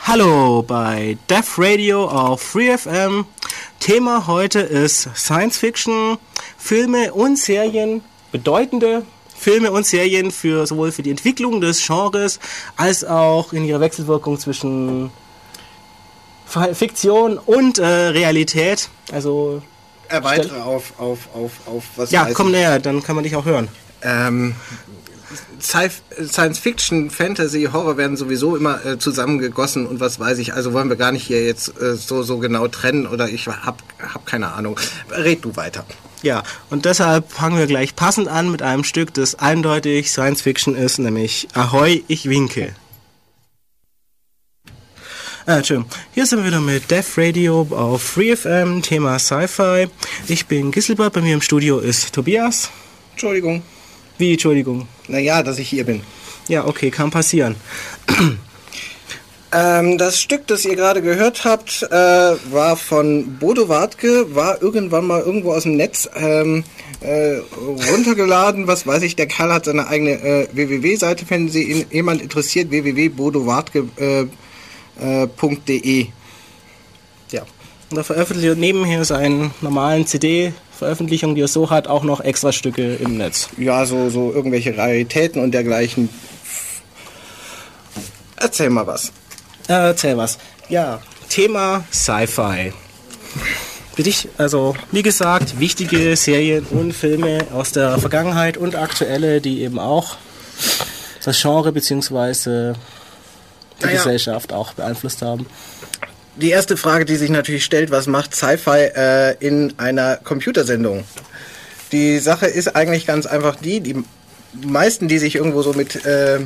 Hallo bei Def Radio auf FreeFM. Thema heute ist Science Fiction, Filme und Serien, bedeutende Filme und Serien sowohl für die Entwicklung des Genres als auch in ihrer Wechselwirkung zwischen Fiktion und Realität. Also erweitere auf was. Ja, komm näher, dann kann man dich auch hören. Science Fiction, Fantasy, Horror werden sowieso immer zusammengegossen und was weiß ich. Also wollen wir gar nicht hier jetzt so genau trennen oder ich hab keine Ahnung. Red du weiter. Ja, und deshalb fangen wir gleich passend an mit einem Stück, das eindeutig Science Fiction ist, nämlich Ahoi, ich winke. Entschuldigung. Hier sind wir wieder mit Def Radio auf FreeFM, Thema Sci-Fi. Ich bin Gisselbert, bei mir im Studio ist Tobias. Entschuldigung. Wie, Entschuldigung? Naja, dass ich hier bin. Ja, okay, kann passieren. Das Stück, das ihr gerade gehört habt, war von Bodo Wartke, war irgendwann mal irgendwo aus dem Netz runtergeladen. Was weiß ich, der Kerl hat seine eigene www-Seite, wenn Sie jemand interessiert, www.bodowartke.de. Ja, und da veröffentlicht nebenher seinen normalen CD-Veröffentlichung, die er so hat, auch noch extra Stücke im Netz. Ja, so irgendwelche Raritäten und dergleichen. Erzähl mal was. Erzähl was. Ja, Thema Sci-Fi. Für dich, also wie gesagt, wichtige Serien und Filme aus der Vergangenheit und aktuelle, die eben auch das Genre bzw. die Gesellschaft auch beeinflusst haben. Die erste Frage, die sich natürlich stellt, was macht Sci-Fi in einer Computersendung? Die Sache ist eigentlich ganz einfach die meisten, die sich irgendwo so mit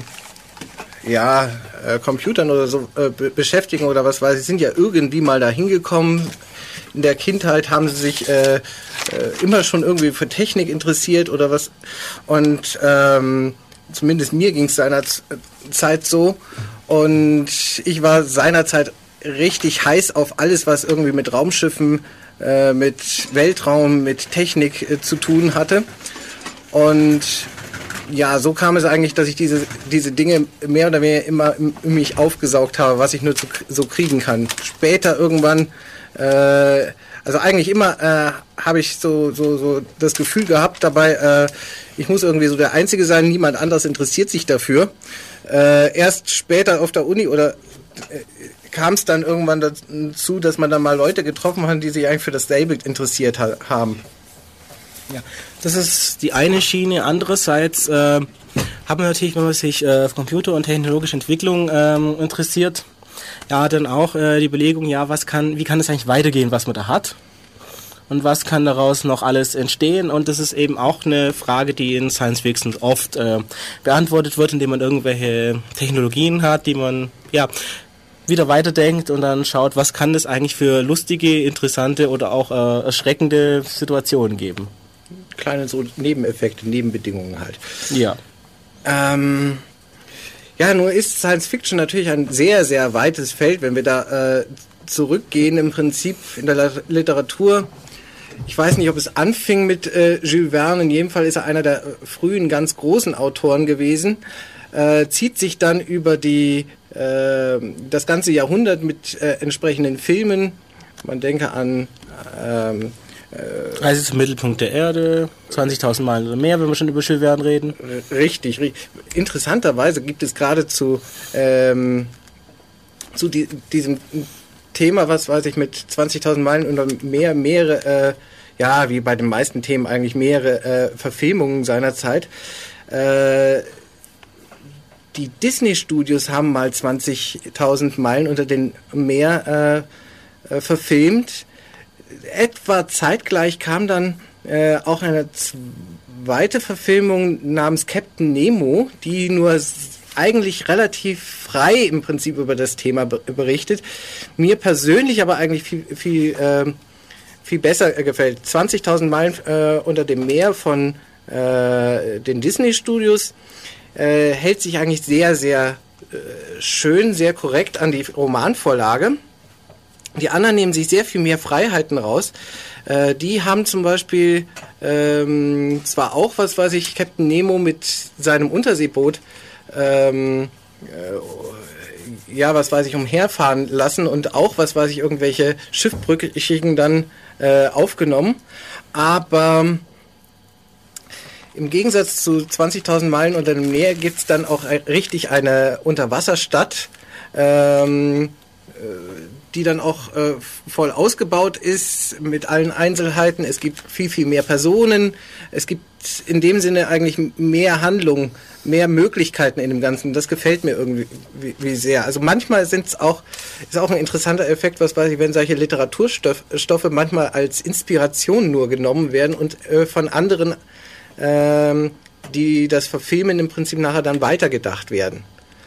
Computern oder so beschäftigen oder was weiß ich, sind ja irgendwie mal da hingekommen. In der Kindheit haben sie sich immer schon irgendwie für Technik interessiert oder was. Und zumindest mir ging es seinerzeit so. Und ich war seinerzeit richtig heiß auf alles, was irgendwie mit Raumschiffen, mit Weltraum, mit Technik zu tun hatte. Und ja, so kam es eigentlich, dass ich diese Dinge mehr oder weniger immer in mich aufgesaugt habe, was ich nur so kriegen kann. Später irgendwann, also eigentlich immer habe ich so das Gefühl gehabt dabei, ich muss irgendwie so der Einzige sein, niemand anderes interessiert sich dafür. Erst später auf der Uni oder kam es dann irgendwann dazu, dass man dann mal Leute getroffen hat, die sich eigentlich für dasselbe interessiert haben. Ja, das ist die eine Schiene. Andererseits hat man natürlich, wenn man sich auf Computer- und technologische Entwicklung interessiert, ja, dann auch die Überlegung, ja, wie kann es eigentlich weitergehen, was man da hat? Und was kann daraus noch alles entstehen? Und das ist eben auch eine Frage, die in Science Fiction oft beantwortet wird, indem man irgendwelche Technologien hat, die man, ja, wieder weiterdenkt und dann schaut, was kann das eigentlich für lustige, interessante oder auch erschreckende Situationen geben. Kleine so Nebeneffekte, Nebenbedingungen halt. Ja. Nur ist Science Fiction natürlich ein sehr, sehr weites Feld, wenn wir da zurückgehen im Prinzip in der Literatur. Ich weiß nicht, ob es anfing mit Jules Verne, in jedem Fall ist er einer der frühen, ganz großen Autoren gewesen, zieht sich dann über das ganze Jahrhundert mit entsprechenden Filmen. Man denke an Reise zum Mittelpunkt der Erde, 20.000 Meilen oder mehr, wenn wir schon über Jules Verne reden. Richtig. Interessanterweise gibt es gerade zu diesem Thema, was weiß ich, mit 20.000 Meilen oder mehr, mehrere, wie bei den meisten Themen eigentlich mehrere Verfilmungen seiner Zeit. Die Disney-Studios haben mal 20.000 Meilen unter dem Meer verfilmt. Etwa zeitgleich kam dann auch eine zweite Verfilmung namens Captain Nemo, die nur eigentlich relativ frei im Prinzip über das Thema berichtet. Mir persönlich aber eigentlich viel besser gefällt. 20.000 Meilen unter dem Meer von den Disney-Studios hält sich eigentlich sehr, sehr schön, sehr korrekt an die Romanvorlage. Die anderen nehmen sich sehr viel mehr Freiheiten raus. Die haben zum Beispiel zwar auch, was weiß ich, Captain Nemo mit seinem Unterseeboot ja, was weiß ich, umherfahren lassen und auch, was weiß ich, irgendwelche Schiffbrüchigen dann aufgenommen. Aber im Gegensatz zu 20.000 Meilen unter dem Meer gibt's dann auch richtig eine Unterwasserstadt, die dann auch voll ausgebaut ist mit allen Einzelheiten. Es gibt viel, viel mehr Personen. Es gibt in dem Sinne eigentlich mehr Handlung, mehr Möglichkeiten in dem Ganzen. Das gefällt mir irgendwie wie sehr. Also manchmal ist auch ein interessanter Effekt, was weiß ich, wenn solche Literaturstoffe manchmal als Inspiration nur genommen werden und von anderen, die das verfilmen, im Prinzip nachher dann weitergedacht werden.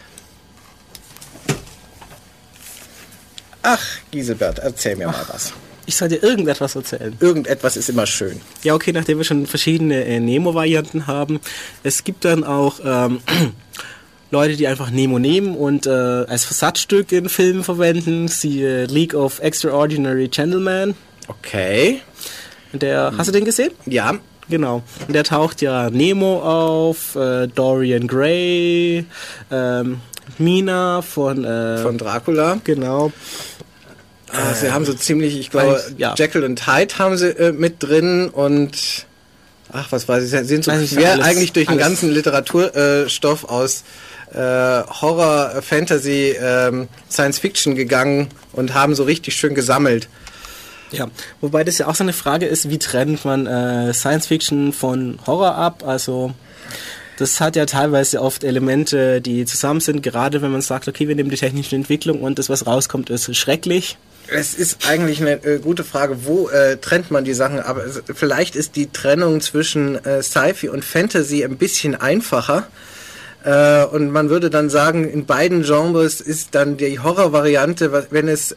Ach, Giselbert, erzähl mir mal was. Ich soll dir irgendetwas erzählen. Irgendetwas ist immer schön. Ja, okay, nachdem wir schon verschiedene Nemo-Varianten haben, es gibt dann auch Leute, die einfach Nemo nehmen und als Versatzstück in Filmen verwenden. Siehe League of Extraordinary Gentlemen. Okay. Hast du den gesehen? Ja. Genau. Und der taucht ja Nemo auf, Dorian Gray, Mina von Dracula. Genau. Sie haben so ziemlich, ich glaube, ja. Jekyll und Hyde haben sie mit drin und ach, was weiß ich, sie sind so quer eigentlich durch den ganzen Literaturstoff aus Horror, Fantasy, Science Fiction gegangen und haben so richtig schön gesammelt. Ja, wobei das ja auch so eine Frage ist, wie trennt man Science Fiction von Horror ab? Also das hat ja teilweise oft Elemente, die zusammen sind, gerade wenn man sagt, okay, wir nehmen die technische Entwicklung und das, was rauskommt, ist schrecklich. Es ist eigentlich eine gute Frage, wo trennt man die Sachen, aber vielleicht ist die Trennung zwischen Sci-Fi und Fantasy ein bisschen einfacher. Und man würde dann sagen, in beiden Genres ist dann die Horror-Variante, wenn es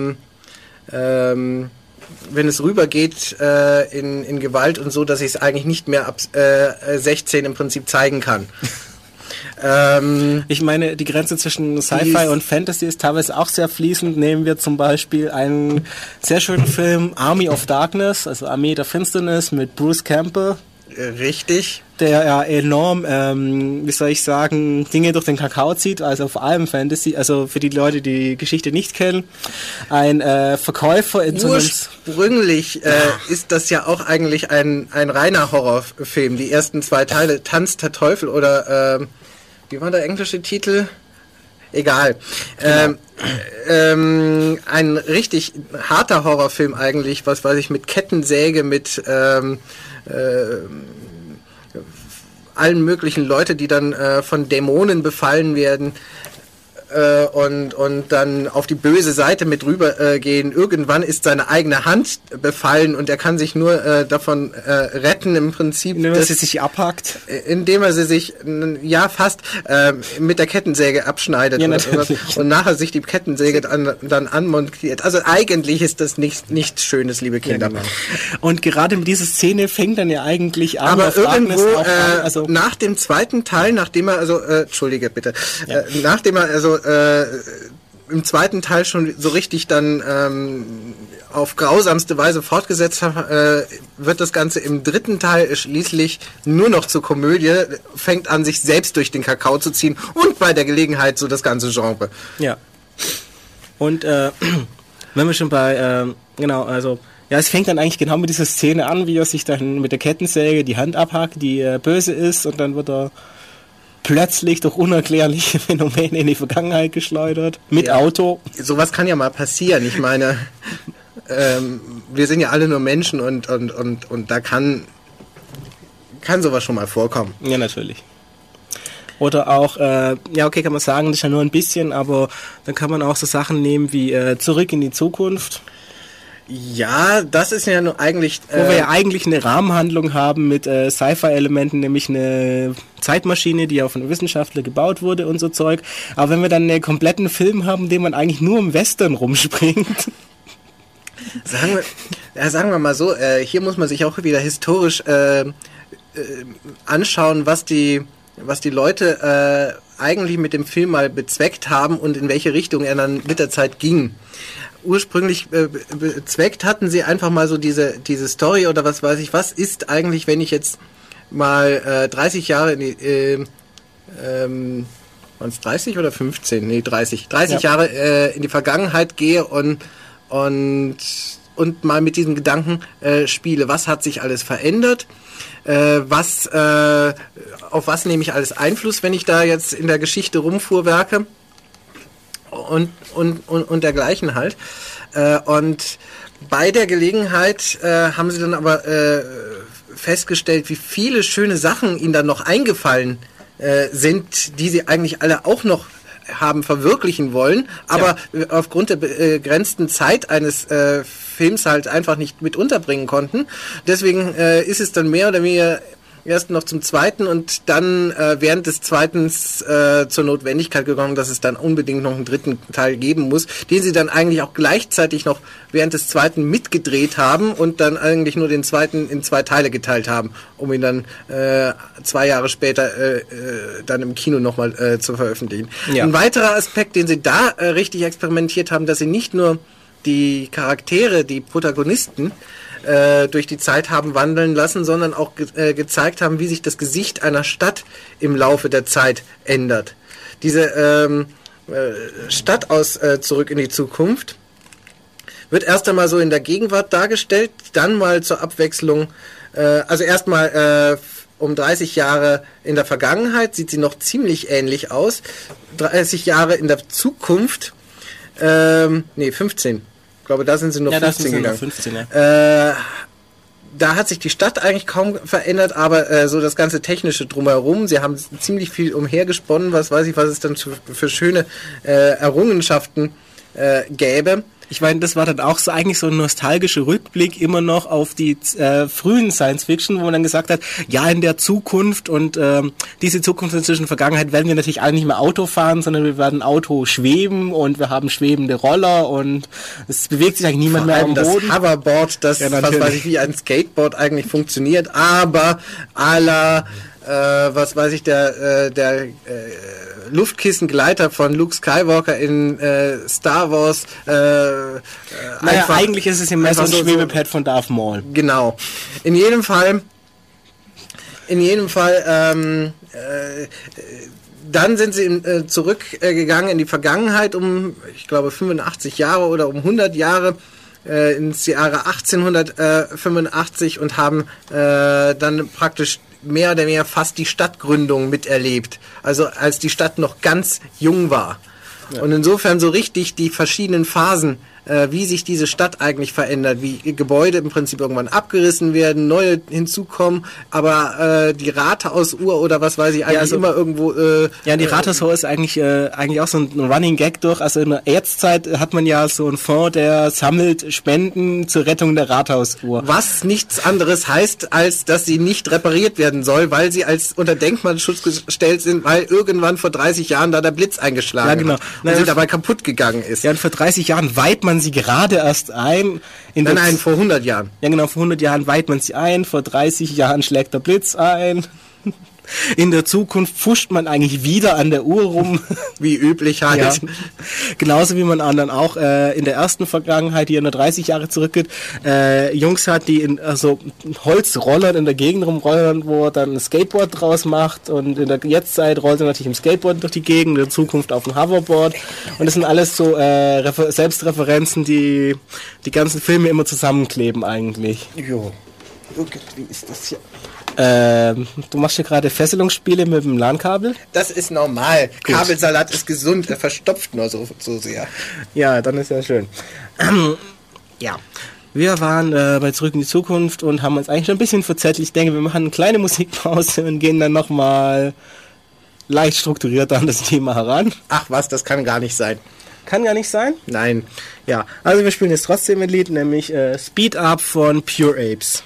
rübergeht in Gewalt und so, dass ich es eigentlich nicht mehr ab 16 im Prinzip zeigen kann. Ich meine, die Grenze zwischen Sci-Fi und Fantasy ist teilweise auch sehr fließend. Nehmen wir zum Beispiel einen sehr schönen Film, Army of Darkness, also Armee der Finsternis mit Bruce Campbell. Richtig. Der ja enorm, wie soll ich sagen, Dinge durch den Kakao zieht, also vor allem Fantasy, also für die Leute, die die Geschichte nicht kennen. Ein Verkäufer in so einem... Ursprünglich ist das ja auch eigentlich ein reiner Horrorfilm. Die ersten 2 Teile, Tanz der Teufel oder... wie war der englische Titel? Egal. Genau. Ein richtig harter Horrorfilm eigentlich, was weiß ich, mit Kettensäge, mit allen möglichen Leute, die dann von Dämonen befallen werden und dann auf die böse Seite mit rüber gehen. Irgendwann ist seine eigene Hand befallen und er kann sich nur davon retten im Prinzip. Indem er sie sich abhackt? Indem er sie sich, ja fast, mit der Kettensäge abschneidet und nachher sich die Kettensäge dann anmontiert. Also eigentlich ist das nichts Schönes, liebe Kinder. Ja, genau. Und gerade mit dieser Szene fängt dann ja eigentlich an. Aber irgendwo nach dem zweiten Teil, nachdem er, also, entschuldige bitte, ja. Nachdem er also im zweiten Teil schon so richtig dann auf grausamste Weise fortgesetzt hat, wird das Ganze im dritten Teil schließlich nur noch zur Komödie, fängt an, sich selbst durch den Kakao zu ziehen und bei der Gelegenheit so das ganze Genre. Ja. Und wenn wir schon bei, genau, also ja, es fängt dann eigentlich genau mit dieser Szene an, wie er sich dann mit der Kettensäge die Hand abhackt, die böse ist, und dann wird er plötzlich durch unerklärliche Phänomene in die Vergangenheit geschleudert. Mit Auto. Sowas kann ja mal passieren. Ich meine, wir sind ja alle nur Menschen und da kann sowas schon mal vorkommen. Ja, natürlich. Oder auch, ja okay, kann man sagen, das ist ja nur ein bisschen, aber dann kann man auch so Sachen nehmen wie Zurück in die Zukunft. Ja, das ist ja nur eigentlich... Wo wir ja eigentlich eine Rahmenhandlung haben mit Sci-Fi-Elementen, nämlich eine Zeitmaschine, die ja von einem Wissenschaftler gebaut wurde und so Zeug. Aber wenn wir dann einen kompletten Film haben, in dem man eigentlich nur im Western rumspringt... Sagen wir mal so, hier muss man sich auch wieder historisch anschauen, was die Leute eigentlich mit dem Film mal bezweckt haben und in welche Richtung er dann mit der Zeit ging. Ursprünglich bezweckt hatten sie einfach mal so diese Story oder was weiß ich, was ist eigentlich, wenn ich jetzt mal 30 Jahre waren es 30 oder 15? Nee, 30 Jahre in die Vergangenheit gehe und mal mit diesem Gedanken spiele, was hat sich alles verändert, auf was nehme ich alles Einfluss, wenn ich da jetzt in der Geschichte rumfuhrwerke und dergleichen halt. Und bei der Gelegenheit haben sie dann aber festgestellt, wie viele schöne Sachen ihnen dann noch eingefallen sind, die sie eigentlich alle auch noch haben verwirklichen wollen, aber aufgrund der begrenzten Zeit eines Films halt einfach nicht mit unterbringen konnten. Deswegen ist es dann mehr oder weniger erst noch zum zweiten und dann während des zweiten zur Notwendigkeit gekommen, dass es dann unbedingt noch einen dritten Teil geben muss, den sie dann eigentlich auch gleichzeitig noch während des zweiten mitgedreht haben und dann eigentlich nur den zweiten in 2 Teile geteilt haben, um ihn dann 2 Jahre später dann im Kino nochmal zu veröffentlichen. Ja. Ein weiterer Aspekt, den sie da richtig experimentiert haben, dass sie nicht nur die Charaktere, die Protagonisten durch die Zeit haben wandeln lassen, sondern auch gezeigt haben, wie sich das Gesicht einer Stadt im Laufe der Zeit ändert. Diese Stadt aus Zurück in die Zukunft wird erst einmal so in der Gegenwart dargestellt, dann mal zur Abwechslung, also erstmal um 30 Jahre in der Vergangenheit, sieht sie noch ziemlich ähnlich aus, 30 Jahre in der Zukunft, 15. Ich glaube, da sind sie noch 15 gegangen. 15, ja. Da hat sich die Stadt eigentlich kaum verändert, aber so das ganze Technische drumherum. Sie haben ziemlich viel umhergesponnen, was es dann für schöne Errungenschaften gäbe. Ich meine, das war dann auch so eigentlich so ein nostalgischer Rückblick immer noch auf die frühen Science-Fiction, wo man dann gesagt hat, ja, in der Zukunft und diese Zukunft inzwischen Vergangenheit werden wir natürlich alle nicht mehr Auto fahren, sondern wir werden Auto schweben und wir haben schwebende Roller und es bewegt sich eigentlich niemand mehr am Boden. Das Hoverboard, das, was weiß ich, wie ein Skateboard eigentlich funktioniert, aber der Luftkissengleiter von Luke Skywalker in Star Wars. Eigentlich ist es ja mehr so ein Schwebepad von Darth Maul. Genau. In jedem Fall, dann sind sie zurückgegangen in die Vergangenheit ich glaube, 85 Jahre oder um 100 Jahre ins Jahre 1885 und haben dann praktisch mehr oder weniger fast die Stadtgründung miterlebt. Also als die Stadt noch ganz jung war. Ja. Und insofern so richtig die verschiedenen Phasen, wie sich diese Stadt eigentlich verändert, wie Gebäude im Prinzip irgendwann abgerissen werden, neue hinzukommen, aber die Rathausuhr oder was weiß ich, eigentlich immer irgendwo... die Rathausuhr ist eigentlich auch so ein Running Gag durch. Also in der Erzzeit hat man ja so einen Fonds, der sammelt Spenden zur Rettung der Rathausuhr. Was nichts anderes heißt, als dass sie nicht repariert werden soll, weil sie als unter Denkmalschutz gestellt sind, weil irgendwann vor 30 Jahren da der Blitz eingeschlagen hat und sie dabei kaputt gegangen ist. Ja, und vor 30 Jahren weiht man sie gerade erst ein. Nein, vor 100 Jahren. Ja, genau, vor 100 Jahren weiht man sie ein, vor 30 Jahren schlägt der Blitz ein. In der Zukunft pfuscht man eigentlich wieder an der Uhr rum. Wie üblich halt. Ja. Genauso wie man dann auch in der ersten Vergangenheit, die ja nur 30 Jahre zurückgeht, Jungs hat, die in Holzrollern in der Gegend rumrollern, wo er dann ein Skateboard draus macht, und in der Jetztzeit rollt er natürlich im Skateboard durch die Gegend, in der Zukunft auf dem Hoverboard, und das sind alles so Selbstreferenzen, die ganzen Filme immer zusammenkleben eigentlich. Jo, irgendwie ist das hier... Du machst hier gerade Fesselungsspiele mit dem LAN-Kabel? Das ist normal. Gut. Kabelsalat ist gesund, er verstopft nur so sehr. Ja, dann ist ja schön. Ja, wir waren bei Zurück in die Zukunft und haben uns eigentlich schon ein bisschen verzettelt. Ich denke, wir machen eine kleine Musikpause und gehen dann nochmal leicht strukturiert an das Thema heran. Ach was, das kann gar nicht sein. Kann gar nicht sein? Nein. Ja, also wir spielen jetzt trotzdem ein Lied, nämlich Speed Up von Pure Apes.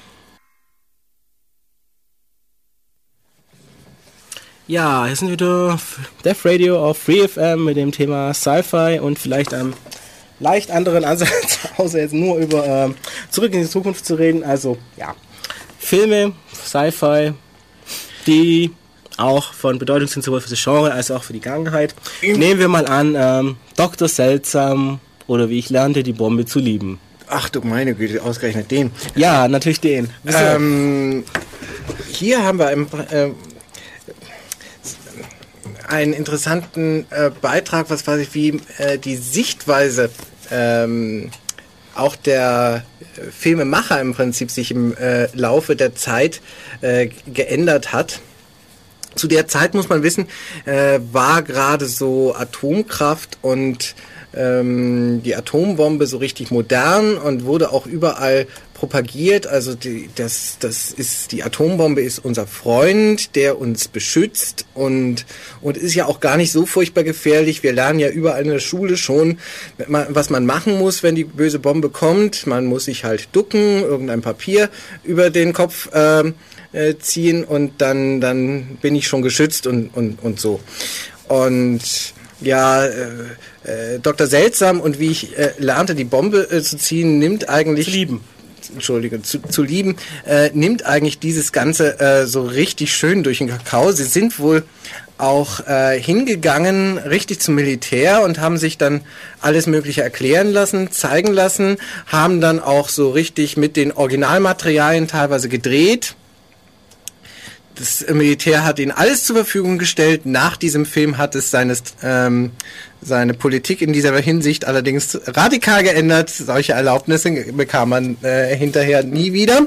Ja, hier sind wieder Death Radio auf Free FM mit dem Thema Sci-Fi und vielleicht einem leicht anderen Ansatz, außer jetzt nur über Zurück in die Zukunft zu reden. Also, ja, Filme, Sci-Fi, die auch von Bedeutung sind, sowohl für das Genre als auch für die Vergangenheit. Nehmen wir mal an, Dr. Seltsam oder Wie ich lernte, die Bombe zu lieben. Ach du meine Güte, ausgerechnet den. Ja, natürlich den. Hier haben wir einen interessanten Beitrag, was weiß ich, wie die Sichtweise auch der Filmemacher im Prinzip sich im Laufe der Zeit geändert hat. Zu der Zeit, muss man wissen, war gerade so Atomkraft und die Atombombe so richtig modern und wurde auch überall propagiert. Also die Atombombe ist unser Freund, der uns beschützt und ist ja auch gar nicht so furchtbar gefährlich. Wir lernen ja überall in der Schule schon, was man machen muss, wenn die böse Bombe kommt. Man muss sich halt ducken, irgendein Papier über den Kopf ziehen und dann bin ich schon geschützt und so. Und ja, Dr. Seltsam und wie ich lernte, die Bombe zu ziehen, nimmt eigentlich... zu lieben, nimmt eigentlich dieses Ganze so richtig schön durch den Kakao. Sie sind wohl auch hingegangen, richtig zum Militär und haben sich dann alles Mögliche erklären lassen, zeigen lassen, haben dann auch so richtig mit den Originalmaterialien teilweise gedreht. Das Militär hat ihnen alles zur Verfügung gestellt. Nach diesem Film hat es seine Politik in dieser Hinsicht allerdings radikal geändert. Solche Erlaubnisse bekam man hinterher nie wieder.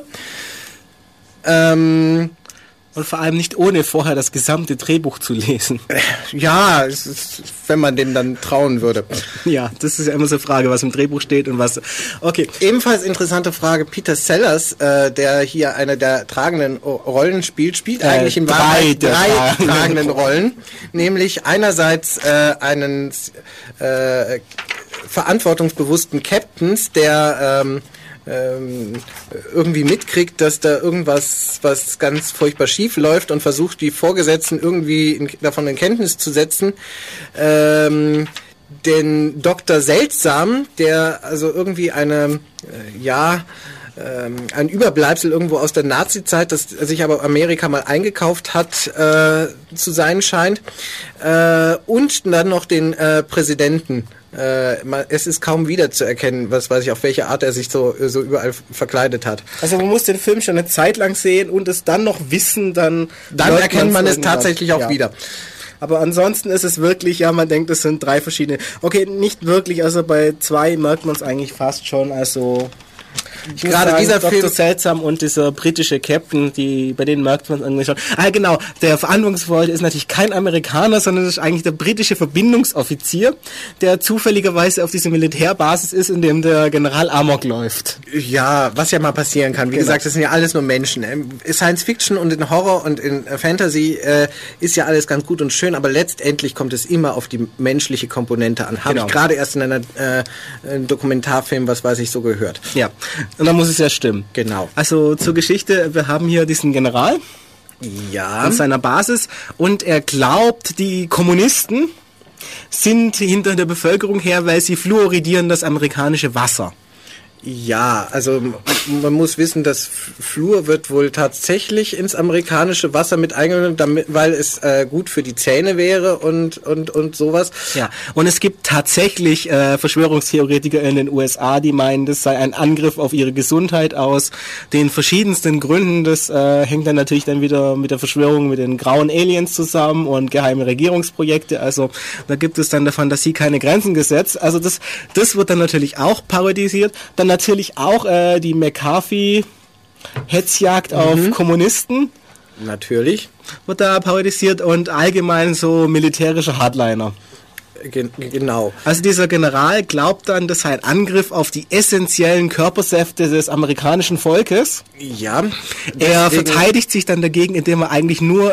Und vor allem nicht ohne vorher das gesamte Drehbuch zu lesen. Ja, wenn man dem dann trauen würde. Ja, das ist ja immer so eine Frage, was im Drehbuch steht und was... Okay. Ebenfalls interessante Frage, Peter Sellers, der hier eine der tragenden Rollen spielt eigentlich in Wahrheit drei tragenden Rollen. Nämlich einerseits einen verantwortungsbewussten Captains, der... irgendwie mitkriegt, dass da irgendwas, was ganz furchtbar schief läuft und versucht, die Vorgesetzten irgendwie davon in Kenntnis zu setzen. Den Dr. Seltsam, der also irgendwie ein Überbleibsel irgendwo aus der Nazi-Zeit, das sich aber Amerika mal eingekauft hat, zu sein scheint. Und dann noch den Präsidenten. Es ist kaum wiederzuerkennen, was weiß ich, auf welche Art er sich so überall verkleidet hat. Also man muss den Film schon eine Zeit lang sehen und es dann noch wissen, dann erkennt man es tatsächlich auch wieder. Aber ansonsten ist es wirklich, ja, man denkt, es sind drei verschiedene. Okay, nicht wirklich, also bei 2 merkt man es eigentlich fast schon, also... Gerade dieser Dr. Film Seltsam und dieser britische Captain, bei denen merkt man es irgendwie schon. Ah, genau, der Verantwortungsvolle ist natürlich kein Amerikaner, sondern das ist eigentlich der britische Verbindungsoffizier, der zufälligerweise auf dieser Militärbasis ist, in dem der General Amok läuft. Ja, was ja mal passieren kann. Wie gesagt, das sind ja alles nur Menschen. Science Fiction und in Horror und in Fantasy ist ja alles ganz gut und schön, aber letztendlich kommt es immer auf die menschliche Komponente an. Habe ich gerade erst in einer Dokumentarfilm, was weiß ich, so gehört. Ja. Und dann muss es ja stimmen. Genau. Also zur Geschichte, wir haben hier diesen General an seiner Basis und er glaubt, die Kommunisten sind hinter der Bevölkerung her, weil sie fluoridieren das amerikanische Wasser. Ja, also man muss wissen, dass Fluor wird wohl tatsächlich ins amerikanische Wasser mit eingenommen, weil es gut für die Zähne wäre und sowas. Ja, und es gibt tatsächlich Verschwörungstheoretiker in den USA, die meinen, das sei ein Angriff auf ihre Gesundheit aus den verschiedensten Gründen. Das hängt dann natürlich dann wieder mit der Verschwörung mit den grauen Aliens zusammen und geheime Regierungsprojekte. Also da gibt es dann der Fantasie keine Grenzen gesetzt. Also das wird dann natürlich auch parodisiert. Dann natürlich auch die McCarthy-Hetzjagd auf Kommunisten. Natürlich. Wird da parodisiert und allgemein so militärische Hardliner. Genau. Also dieser General glaubt dann, das sei ein Angriff auf die essentiellen Körpersäfte des amerikanischen Volkes. Ja. Er verteidigt sich dann dagegen, indem er eigentlich nur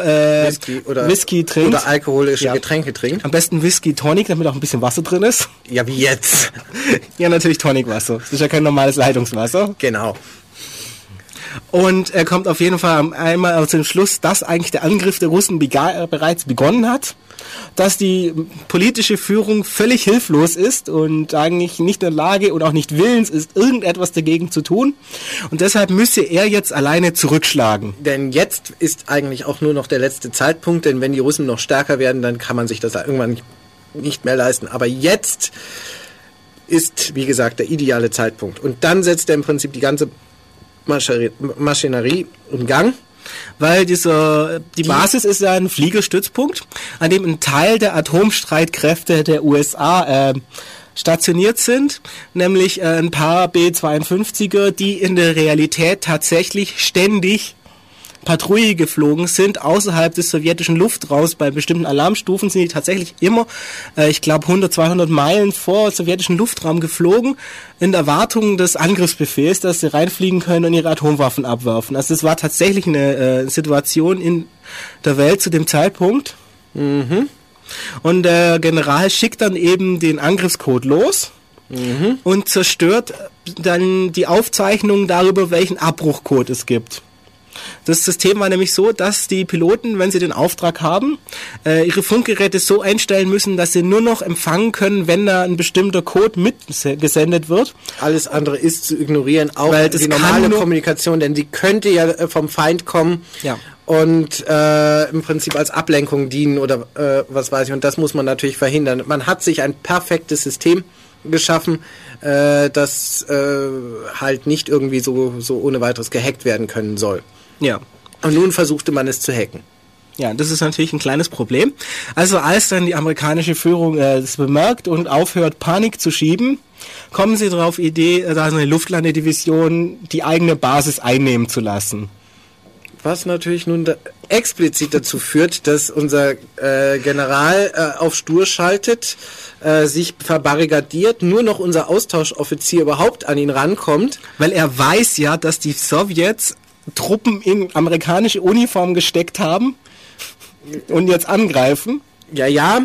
Whisky trinkt. Oder alkoholische Getränke trinkt. Am besten Whisky Tonic, damit auch ein bisschen Wasser drin ist. Ja, wie jetzt? Ja, natürlich Tonicwasser. Das ist ja kein normales Leitungswasser. Genau. Und er kommt auf jeden Fall einmal zum Schluss, dass eigentlich der Angriff der Russen bereits begonnen hat, dass die politische Führung völlig hilflos ist und eigentlich nicht in der Lage und auch nicht willens ist, irgendetwas dagegen zu tun. Und deshalb müsse er jetzt alleine zurückschlagen. Denn jetzt ist eigentlich auch nur noch der letzte Zeitpunkt, denn wenn die Russen noch stärker werden, dann kann man sich das irgendwann nicht mehr leisten. Aber jetzt ist, wie gesagt, der ideale Zeitpunkt. Und dann setzt er im Prinzip die ganze Maschinerie in Gang. weil die Basis ist ja ein Fliegerstützpunkt, an dem ein Teil der Atomstreitkräfte der USA stationiert sind, nämlich ein paar B-52er, die in der Realität tatsächlich ständig Patrouille geflogen sind, außerhalb des sowjetischen Luftraums. Bei bestimmten Alarmstufen sind die tatsächlich immer, ich glaube 100, 200 Meilen vor sowjetischen Luftraum geflogen, in der Erwartung des Angriffsbefehls, dass sie reinfliegen können und ihre Atomwaffen abwerfen. Also es war tatsächlich eine Situation in der Welt zu dem Zeitpunkt. Mhm. Und der General schickt dann eben den Angriffscode los und zerstört dann die Aufzeichnungen darüber, welchen Abbruchcode es gibt. Das System war nämlich so, dass die Piloten, wenn sie den Auftrag haben, ihre Funkgeräte so einstellen müssen, dass sie nur noch empfangen können, wenn da ein bestimmter Code mitgesendet wird. Alles andere ist zu ignorieren, auch die normale Kommunikation, denn sie könnte ja vom Feind kommen und im Prinzip als Ablenkung dienen oder was weiß ich. Und das muss man natürlich verhindern. Man hat sich ein perfektes System geschaffen, das halt nicht irgendwie so ohne weiteres gehackt werden können soll. Ja. Und nun versuchte man es zu hacken. Ja, das ist natürlich ein kleines Problem. Also als dann die amerikanische Führung das bemerkt und aufhört, Panik zu schieben, kommen sie darauf Idee, da eine Luftlandedivision die eigene Basis einnehmen zu lassen. Was natürlich nun explizit dazu führt, dass unser General auf Stur schaltet, sich verbarrikadiert, nur noch unser Austauschoffizier überhaupt an ihn rankommt. Weil er weiß ja, dass die Sowjets Truppen in amerikanische Uniform gesteckt haben und jetzt angreifen. Ja.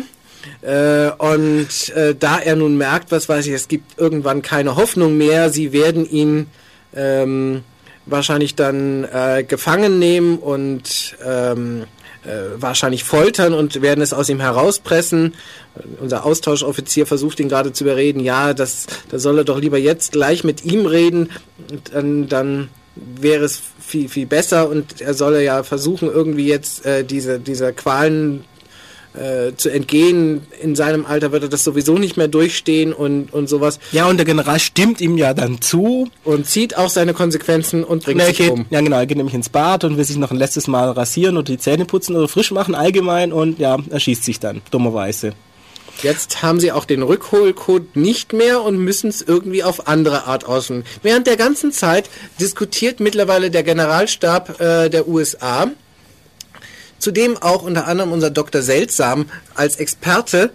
Und da er nun merkt, was weiß ich, es gibt irgendwann keine Hoffnung mehr, sie werden ihn wahrscheinlich dann gefangen nehmen und wahrscheinlich foltern und werden es aus ihm herauspressen. Unser Austauschoffizier versucht ihn gerade zu überreden, ja, da soll er doch lieber jetzt gleich mit ihm reden, und dann wäre es viel, viel besser, und er solle ja versuchen, irgendwie jetzt dieser Qualen zu entgehen. In seinem Alter wird er das sowieso nicht mehr durchstehen und sowas. Ja, und der General stimmt ihm ja dann zu. Und zieht auch seine Konsequenzen und bringt sich um. Ja, genau, er geht nämlich ins Bad und will sich noch ein letztes Mal rasieren oder die Zähne putzen oder frisch machen allgemein und ja, erschießt sich dann, dummerweise. Jetzt haben sie auch den Rückholcode nicht mehr und müssen es irgendwie auf andere Art ausführen. Während der ganzen Zeit diskutiert mittlerweile der Generalstab der USA, zu dem auch unter anderem unser Dr. Seltsam als Experte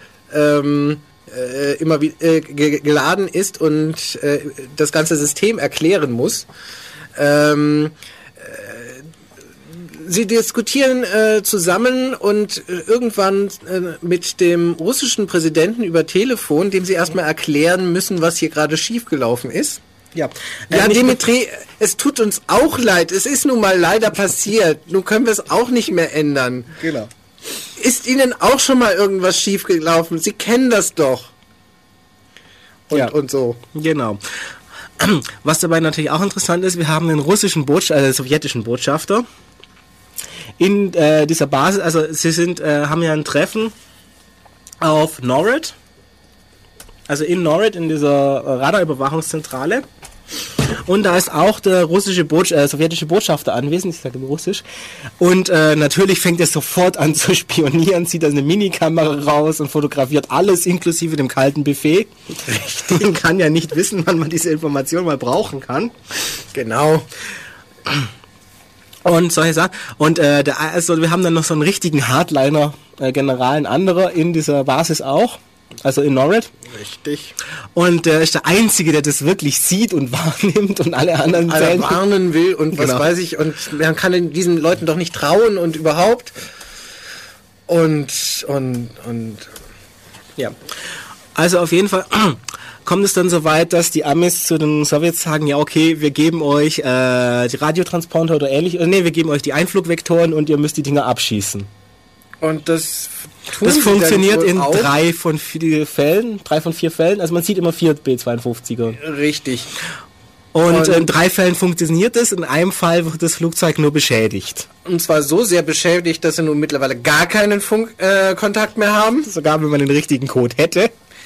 immer geladen ist und das ganze System erklären muss. Sie diskutieren zusammen und irgendwann mit dem russischen Präsidenten über Telefon, dem sie erstmal erklären müssen, was hier gerade schiefgelaufen ist. Ja, Dimitri, es tut uns auch leid. Es ist nun mal leider passiert. Nun können wir es auch nicht mehr ändern. Genau. Ist Ihnen auch schon mal irgendwas schiefgelaufen? Sie kennen das doch. Und so. Genau. Was dabei natürlich auch interessant ist, wir haben den sowjetischen Botschafter in dieser Basis. Also sie haben ja ein Treffen auf Norit. Also in Norit, in dieser Radarüberwachungszentrale. Und da ist auch der sowjetische Botschafter anwesend, ich sage immer Russisch. Und natürlich fängt er sofort an zu spionieren, zieht eine Minikamera raus und fotografiert alles, inklusive dem kalten Buffet. Richtig. Man kann ja nicht wissen, wann man diese Information mal brauchen kann. Genau. Und solche Sachen. Und wir haben dann noch so einen richtigen Hardliner-General, ein anderer in dieser Basis auch. Also in Norit. Richtig. Und der ist der Einzige, der das wirklich sieht und wahrnimmt und alle anderen warnen will und was weiß ich. Und man kann diesen Leuten doch nicht trauen und überhaupt. Und ja. Also auf jeden Fall kommt es dann so weit, dass die Amis zu den Sowjets sagen, ja okay, wir geben euch die Radiotransponder oder ähnlich. Wir geben euch die Einflugvektoren und ihr müsst die Dinger abschießen. Und das funktioniert in 3 von 4 Fällen. Also man sieht immer 4 B-52er. Richtig. Und in 3 Fällen funktioniert es, in einem Fall wird das Flugzeug nur beschädigt. Und zwar so sehr beschädigt, dass sie nun mittlerweile gar keinen Funkkontakt mehr haben. Sogar wenn man den richtigen Code hätte.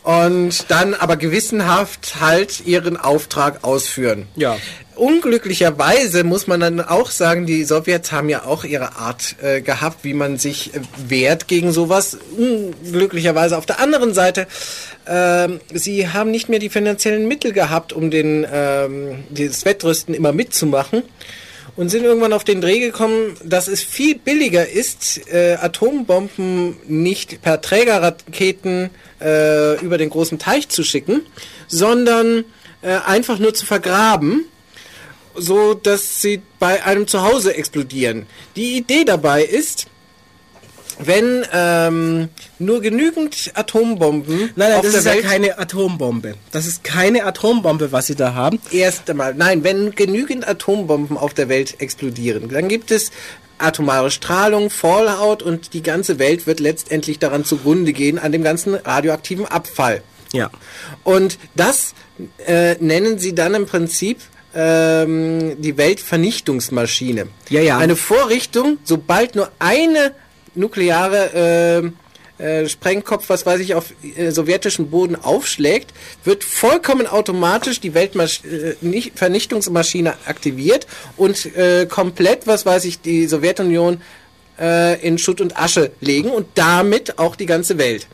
und dann aber gewissenhaft halt ihren Auftrag ausführen. Ja. Unglücklicherweise muss man dann auch sagen, die Sowjets haben ja auch ihre Art gehabt, wie man sich wehrt gegen sowas. Unglücklicherweise auf der anderen Seite, sie haben nicht mehr die finanziellen Mittel gehabt, um dieses Wettrüsten immer mitzumachen und sind irgendwann auf den Dreh gekommen, dass es viel billiger ist, Atombomben nicht per Trägerraketen über den großen Teich zu schicken, sondern einfach nur zu vergraben, so dass sie bei einem Zuhause explodieren. Die Idee dabei ist, wenn nur genügend Atombomben Nein, auf das der ist Welt... ja keine Atombombe. Das ist keine Atombombe, was sie da haben. Erst einmal, nein, wenn genügend Atombomben auf der Welt explodieren, dann gibt es atomare Strahlung, Fallout und die ganze Welt wird letztendlich daran zugrunde gehen, an dem ganzen radioaktiven Abfall. Ja. Und das nennen sie dann im Prinzip die Weltvernichtungsmaschine. Ja, ja. Eine Vorrichtung, sobald nur eine nukleare Sprengkopf, was weiß ich, auf sowjetischem Boden aufschlägt, wird vollkommen automatisch die Weltvernichtungsmaschine aktiviert und komplett, was weiß ich, die Sowjetunion in Schutt und Asche legen und damit auch die ganze Welt.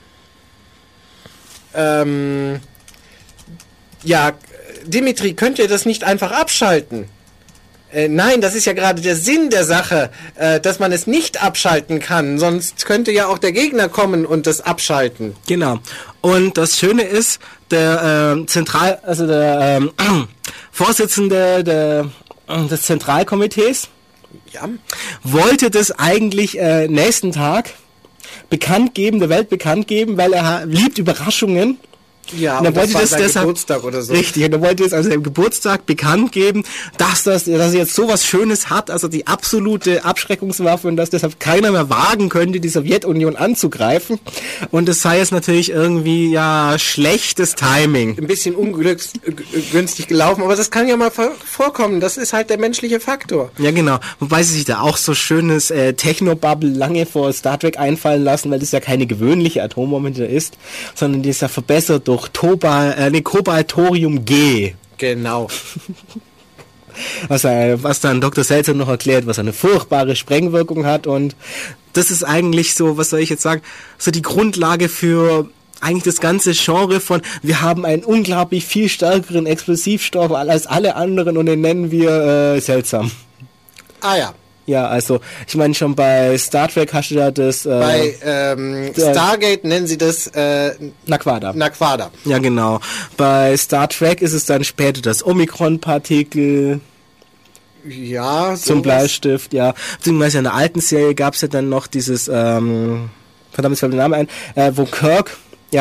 Ja, Dimitri, könnt ihr das nicht einfach abschalten? Nein, das ist ja gerade der Sinn der Sache, dass man es nicht abschalten kann, sonst könnte ja auch der Gegner kommen und das abschalten. Genau. Und das Schöne ist, der Vorsitzende des Zentralkomitees Ja. wollte das eigentlich nächsten Tag der Welt bekannt geben, weil er liebt Überraschungen. Ja, und dann wollte das war das sein deshalb, Geburtstag oder so. Richtig, und dann wollte es also dem Geburtstag bekannt geben, dass er jetzt sowas Schönes hat, also die absolute Abschreckungswaffe und dass deshalb keiner mehr wagen könnte, die Sowjetunion anzugreifen. Und das sei jetzt natürlich irgendwie, ja, schlechtes Timing. Ein bisschen ungünstig gelaufen, aber das kann ja mal vorkommen. Das ist halt der menschliche Faktor. Ja, genau. Wobei sie sich da auch so schönes Technobubble lange vor Star Trek einfallen lassen, weil das ja keine gewöhnliche Atombombe ist, sondern die ist ja verbessert durch Kobaltorium G. Genau. Was dann Dr. Seltzer noch erklärt, was eine furchtbare Sprengwirkung hat, und das ist eigentlich so, was soll ich jetzt sagen, so die Grundlage für eigentlich das ganze Genre von, wir haben einen unglaublich viel stärkeren Explosivstoff als alle anderen und den nennen wir seltsam. Ah ja. Ja, also ich meine, schon bei Star Trek hast du da das... bei Stargate nennen sie das Naquada. Naquada. Ja, genau. Bei Star Trek ist es dann später das Omikron-Partikel... Ja, zum Bleistift, ja. Beziehungsweise in der alten Serie gab es ja dann noch dieses, verdammt, jetzt fällt der Name ein, wo Kirk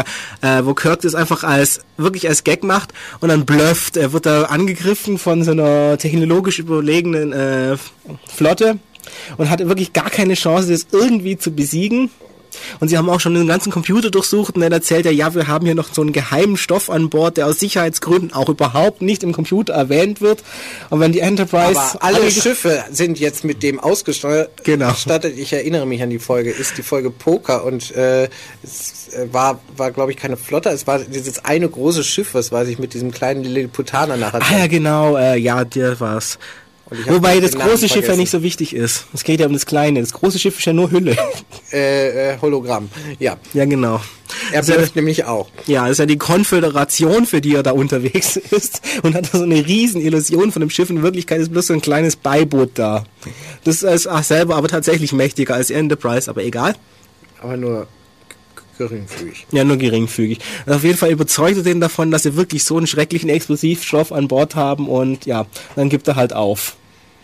das einfach wirklich als Gag macht und dann blufft. Er wird da angegriffen von so einer technologisch überlegenen Flotte und hat wirklich gar keine Chance, das irgendwie zu besiegen. Und sie haben auch schon den ganzen Computer durchsucht und dann erzählt er, ja, wir haben hier noch so einen geheimen Stoff an Bord, der aus Sicherheitsgründen auch überhaupt nicht im Computer erwähnt wird. Und wenn die Enterprise... Aber alle Schiffe sind jetzt mit dem ausgestattet. Genau. Ich erinnere mich an die Folge, ist die Folge Poker und es war glaube ich, keine Flotte, es war dieses eine große Schiff, was weiß ich, mit diesem kleinen Lilliputaner nachher. Ah ja, genau, ja, der war's. Wobei das große Schiff ja nicht so wichtig ist. Es geht ja um das kleine. Das große Schiff ist ja nur Hülle. Hologramm, ja. Ja, genau. Er blufft nämlich auch. Ja, das ist ja die Konföderation, für die er da unterwegs ist. Und hat so eine riesen Illusion von dem Schiff. In Wirklichkeit ist bloß so ein kleines Beiboot da. Das ist selber aber tatsächlich mächtiger als Enterprise, aber egal. Aber nur geringfügig. Ja, nur geringfügig. Und auf jeden Fall überzeugt er den davon, dass sie wirklich so einen schrecklichen Explosivstoff an Bord haben und ja, dann gibt er halt auf.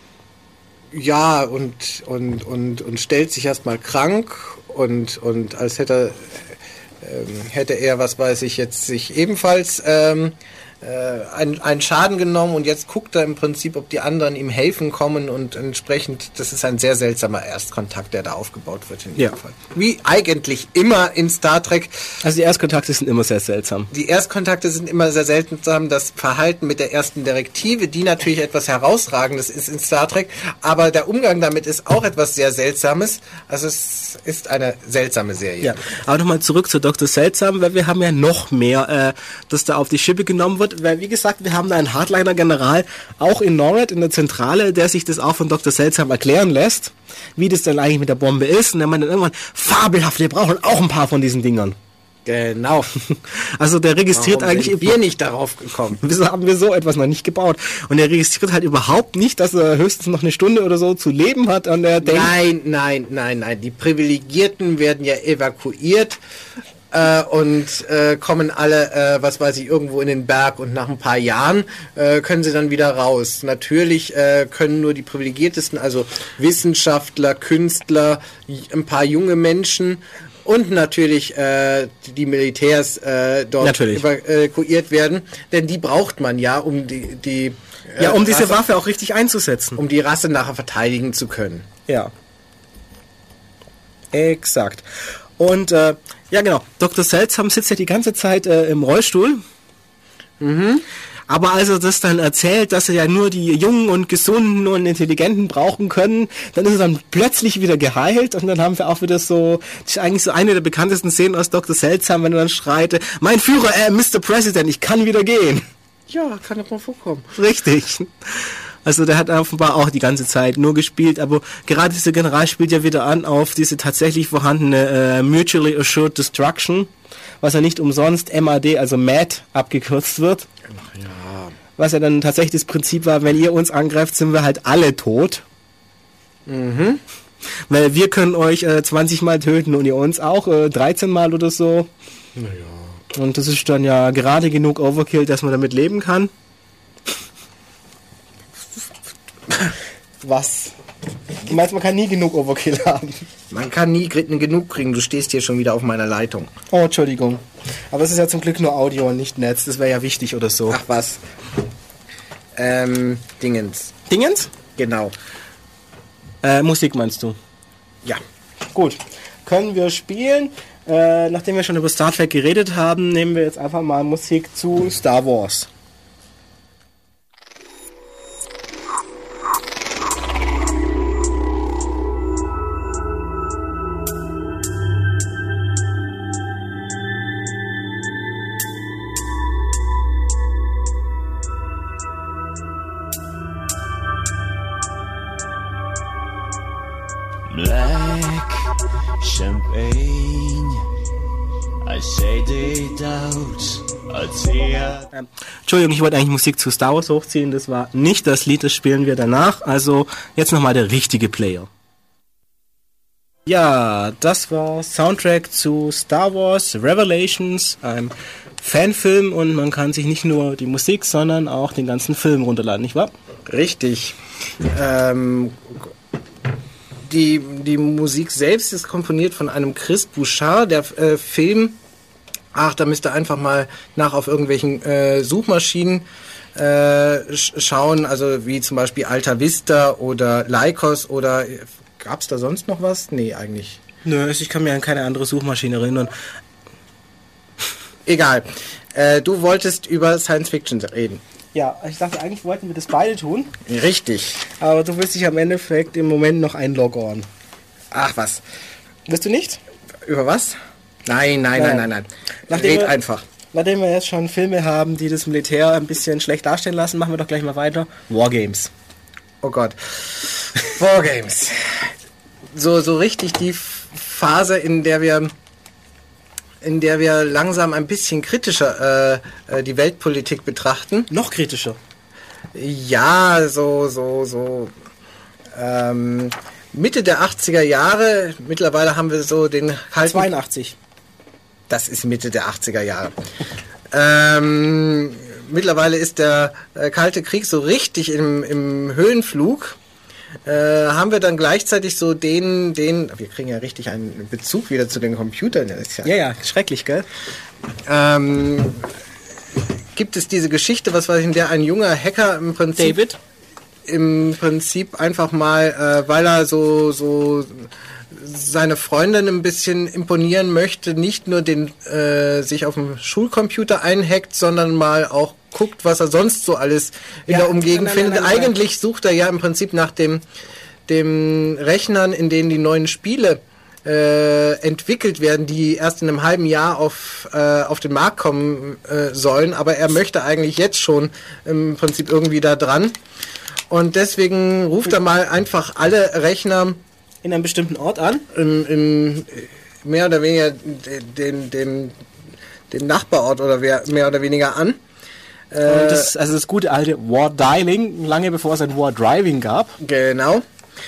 Ja, und stellt sich erstmal krank und als hätte er, was weiß ich jetzt, sich ebenfalls einen Schaden genommen und jetzt guckt er im Prinzip, ob die anderen ihm helfen kommen und entsprechend, das ist ein sehr seltsamer Erstkontakt, der da aufgebaut wird in jedem Fall. Wie eigentlich immer in Star Trek. Also die Erstkontakte sind immer sehr seltsam. Die Erstkontakte sind immer sehr seltsam. Das Verhalten mit der ersten Direktive, die natürlich etwas Herausragendes ist in Star Trek, aber der Umgang damit ist auch etwas sehr Seltsames. Also es ist eine seltsame Serie. Ja, aber nochmal zurück zu Dr. Seltsam, weil wir haben ja noch mehr, das da auf die Schippe genommen wird, weil wie gesagt, wir haben da einen Hardliner-General, auch in NORAD, in der Zentrale, der sich das auch von Dr. Seltsam erklären lässt, wie das dann eigentlich mit der Bombe ist, und der meint dann irgendwann, fabelhaft, wir brauchen auch ein paar von diesen Dingern. Genau. Also der registriert Warum eigentlich... sind wir nicht darauf gekommen? Wieso haben wir so etwas noch nicht gebaut? Und er registriert halt überhaupt nicht, dass er höchstens noch eine Stunde oder so zu leben hat, und er denkt... Nein. Die Privilegierten werden ja evakuiert und kommen alle, was weiß ich, irgendwo in den Berg, und nach ein paar Jahren können sie dann wieder raus. Natürlich können nur die Privilegiertesten, also Wissenschaftler, Künstler, ein paar junge Menschen und natürlich die Militärs dort evakuiert werden, denn die braucht man ja, um die um diese Waffe auch richtig einzusetzen. Um die Rasse nachher verteidigen zu können. Ja. Exakt. Und ja genau, Dr. Seltsam sitzt ja die ganze Zeit im Rollstuhl. Mhm. Aber als er das dann erzählt, dass er ja nur die Jungen und Gesunden und Intelligenten brauchen können, dann ist er dann plötzlich wieder geheilt, und dann haben wir auch wieder so, das ist eigentlich so eine der bekanntesten Szenen aus Dr. Seltsam, wenn er dann schreit, mein Führer, Mr. President, ich kann wieder gehen. Ja, kann doch mal vorkommen. Richtig. Also der hat offenbar auch die ganze Zeit nur gespielt, aber gerade dieser General spielt ja wieder an auf diese tatsächlich vorhandene Mutually Assured Destruction, was ja nicht umsonst MAD, also MAD, abgekürzt wird. Ach ja. Was ja dann tatsächlich das Prinzip war, wenn ihr uns angreift, sind wir halt alle tot. Mhm. Weil wir können euch 20 Mal töten und ihr uns auch 13 Mal oder so. Naja. Und das ist dann ja gerade genug Overkill, dass man damit leben kann. Was? Du meinst, man kann nie genug Overkill haben? Man kann nie genug kriegen. Du stehst hier schon wieder auf meiner Leitung. Oh, Entschuldigung. Aber es ist ja zum Glück nur Audio und nicht Netz. Das wäre ja wichtig oder so. Ach was. Dingens. Dingens? Genau. Musik meinst du? Ja. Gut. Können wir spielen? Nachdem wir schon über Star Trek geredet haben, nehmen wir jetzt einfach mal Musik zu Star Wars. Black champagne, I shade it out. Entschuldigung, ich wollte eigentlich Musik zu Star Wars hochziehen, das war nicht das Lied, das spielen wir danach, also jetzt nochmal der richtige Player. Ja, das war Soundtrack zu Star Wars Revelations, einem Fanfilm, und man kann sich nicht nur die Musik, sondern auch den ganzen Film runterladen, nicht wahr? Richtig. Die Musik selbst ist komponiert von einem Chris Bouchard. Der Film, da müsst ihr einfach mal nach auf irgendwelchen Suchmaschinen schauen, also wie zum Beispiel Alta Vista oder Lycos, oder gab es da sonst noch was? Nee, eigentlich. Nö, ich kann mir an keine andere Suchmaschine erinnern. Egal. Du wolltest über Science Fiction reden. Ja, ich dachte, eigentlich wollten wir das beide tun. Richtig. Aber du willst dich am Endeffekt im Moment noch einloggen. Ach was. Willst du nicht? Über was? Nein. Red einfach. Nachdem wir jetzt schon Filme haben, die das Militär ein bisschen schlecht darstellen lassen, machen wir doch gleich mal weiter. Wargames. Oh Gott. Wargames. So richtig die Phase, in der wir langsam ein bisschen kritischer die Weltpolitik betrachten. Noch kritischer? Ja, Mitte der 80er Jahre, mittlerweile haben wir so den kalten... 82. Das ist Mitte der 80er Jahre. Mittlerweile ist der Kalte Krieg so richtig im Höhenflug. Haben wir dann gleichzeitig so wir kriegen ja richtig einen Bezug wieder zu den Computern. Ja, schrecklich, gell? gibt es diese Geschichte, was weiß ich, in der ein junger Hacker im Prinzip einfach mal, weil er so seine Freundin ein bisschen imponieren möchte, nicht nur sich auf dem Schulcomputer einhackt, sondern mal auch guckt, was er sonst so alles in der Umgebung findet. Eigentlich sucht er ja im Prinzip nach dem Rechnern, in denen die neuen Spiele entwickelt werden, die erst in einem halben Jahr auf den Markt kommen sollen, aber er möchte eigentlich jetzt schon im Prinzip irgendwie da dran. Und deswegen ruft er mal einfach alle Rechner in einem bestimmten Ort an? Mehr oder weniger den Nachbarort oder mehr oder weniger an. Das gute alte War Dialing, lange bevor es ein War Driving gab. Genau.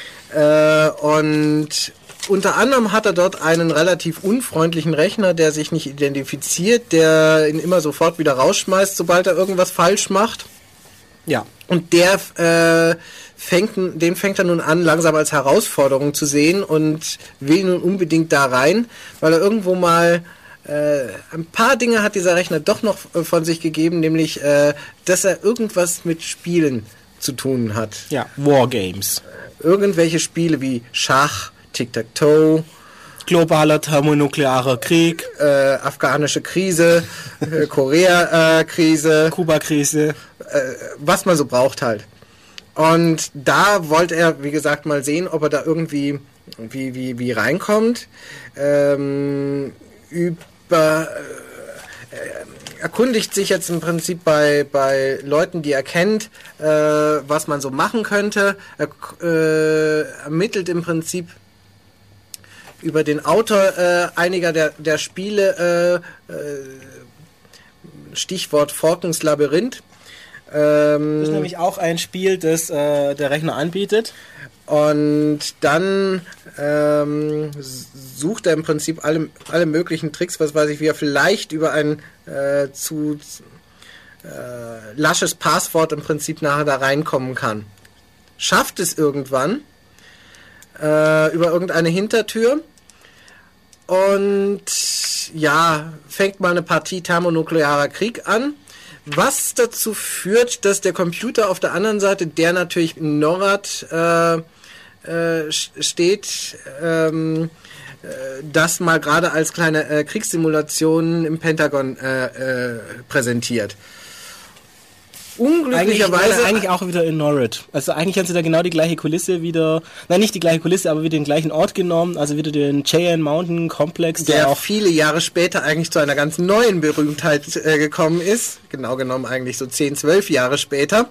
Und unter anderem hat er dort einen relativ unfreundlichen Rechner, der sich nicht identifiziert, der ihn immer sofort wieder rausschmeißt, sobald er irgendwas falsch macht. Ja. Und den fängt er nun an, langsam als Herausforderung zu sehen und will nun unbedingt da rein, weil er irgendwo mal ein paar Dinge hat dieser Rechner doch noch von sich gegeben, nämlich, dass er irgendwas mit Spielen zu tun hat. Ja, Wargames. Irgendwelche Spiele wie Schach, Tic-Tac-Toe, globaler thermonuklearer Krieg, afghanische Krise, Korea-Krise, Kuba-Krise, was man so braucht halt. Und da wollte er, wie gesagt, mal sehen, ob er da irgendwie wie reinkommt. Erkundigt sich jetzt im Prinzip bei Leuten, die er kennt, was man so machen könnte. Ermittelt im Prinzip über den Autor einiger der Spiele, Stichwort Forkens Labyrinth. Das ist nämlich auch ein Spiel, das der Rechner anbietet. Und dann sucht er im Prinzip alle möglichen Tricks, was weiß ich, wie er vielleicht über ein zu lasches Passwort im Prinzip nachher da reinkommen kann. Schafft es irgendwann über irgendeine Hintertür und ja, fängt mal eine Partie thermonuklearer Krieg an. Was dazu führt, dass der Computer auf der anderen Seite, der natürlich in NORAD steht, das mal gerade als kleine Kriegssimulation im Pentagon präsentiert. Unglücklicherweise eigentlich auch wieder in NORAD. Also eigentlich haben sie da genau die gleiche Kulisse wieder, nein, nicht die gleiche Kulisse, aber wieder den gleichen Ort genommen, also wieder den Cheyenne Mountain Komplex, der auch viele Jahre später eigentlich zu einer ganz neuen Berühmtheit gekommen ist. Genau genommen eigentlich so 10, 12 Jahre später.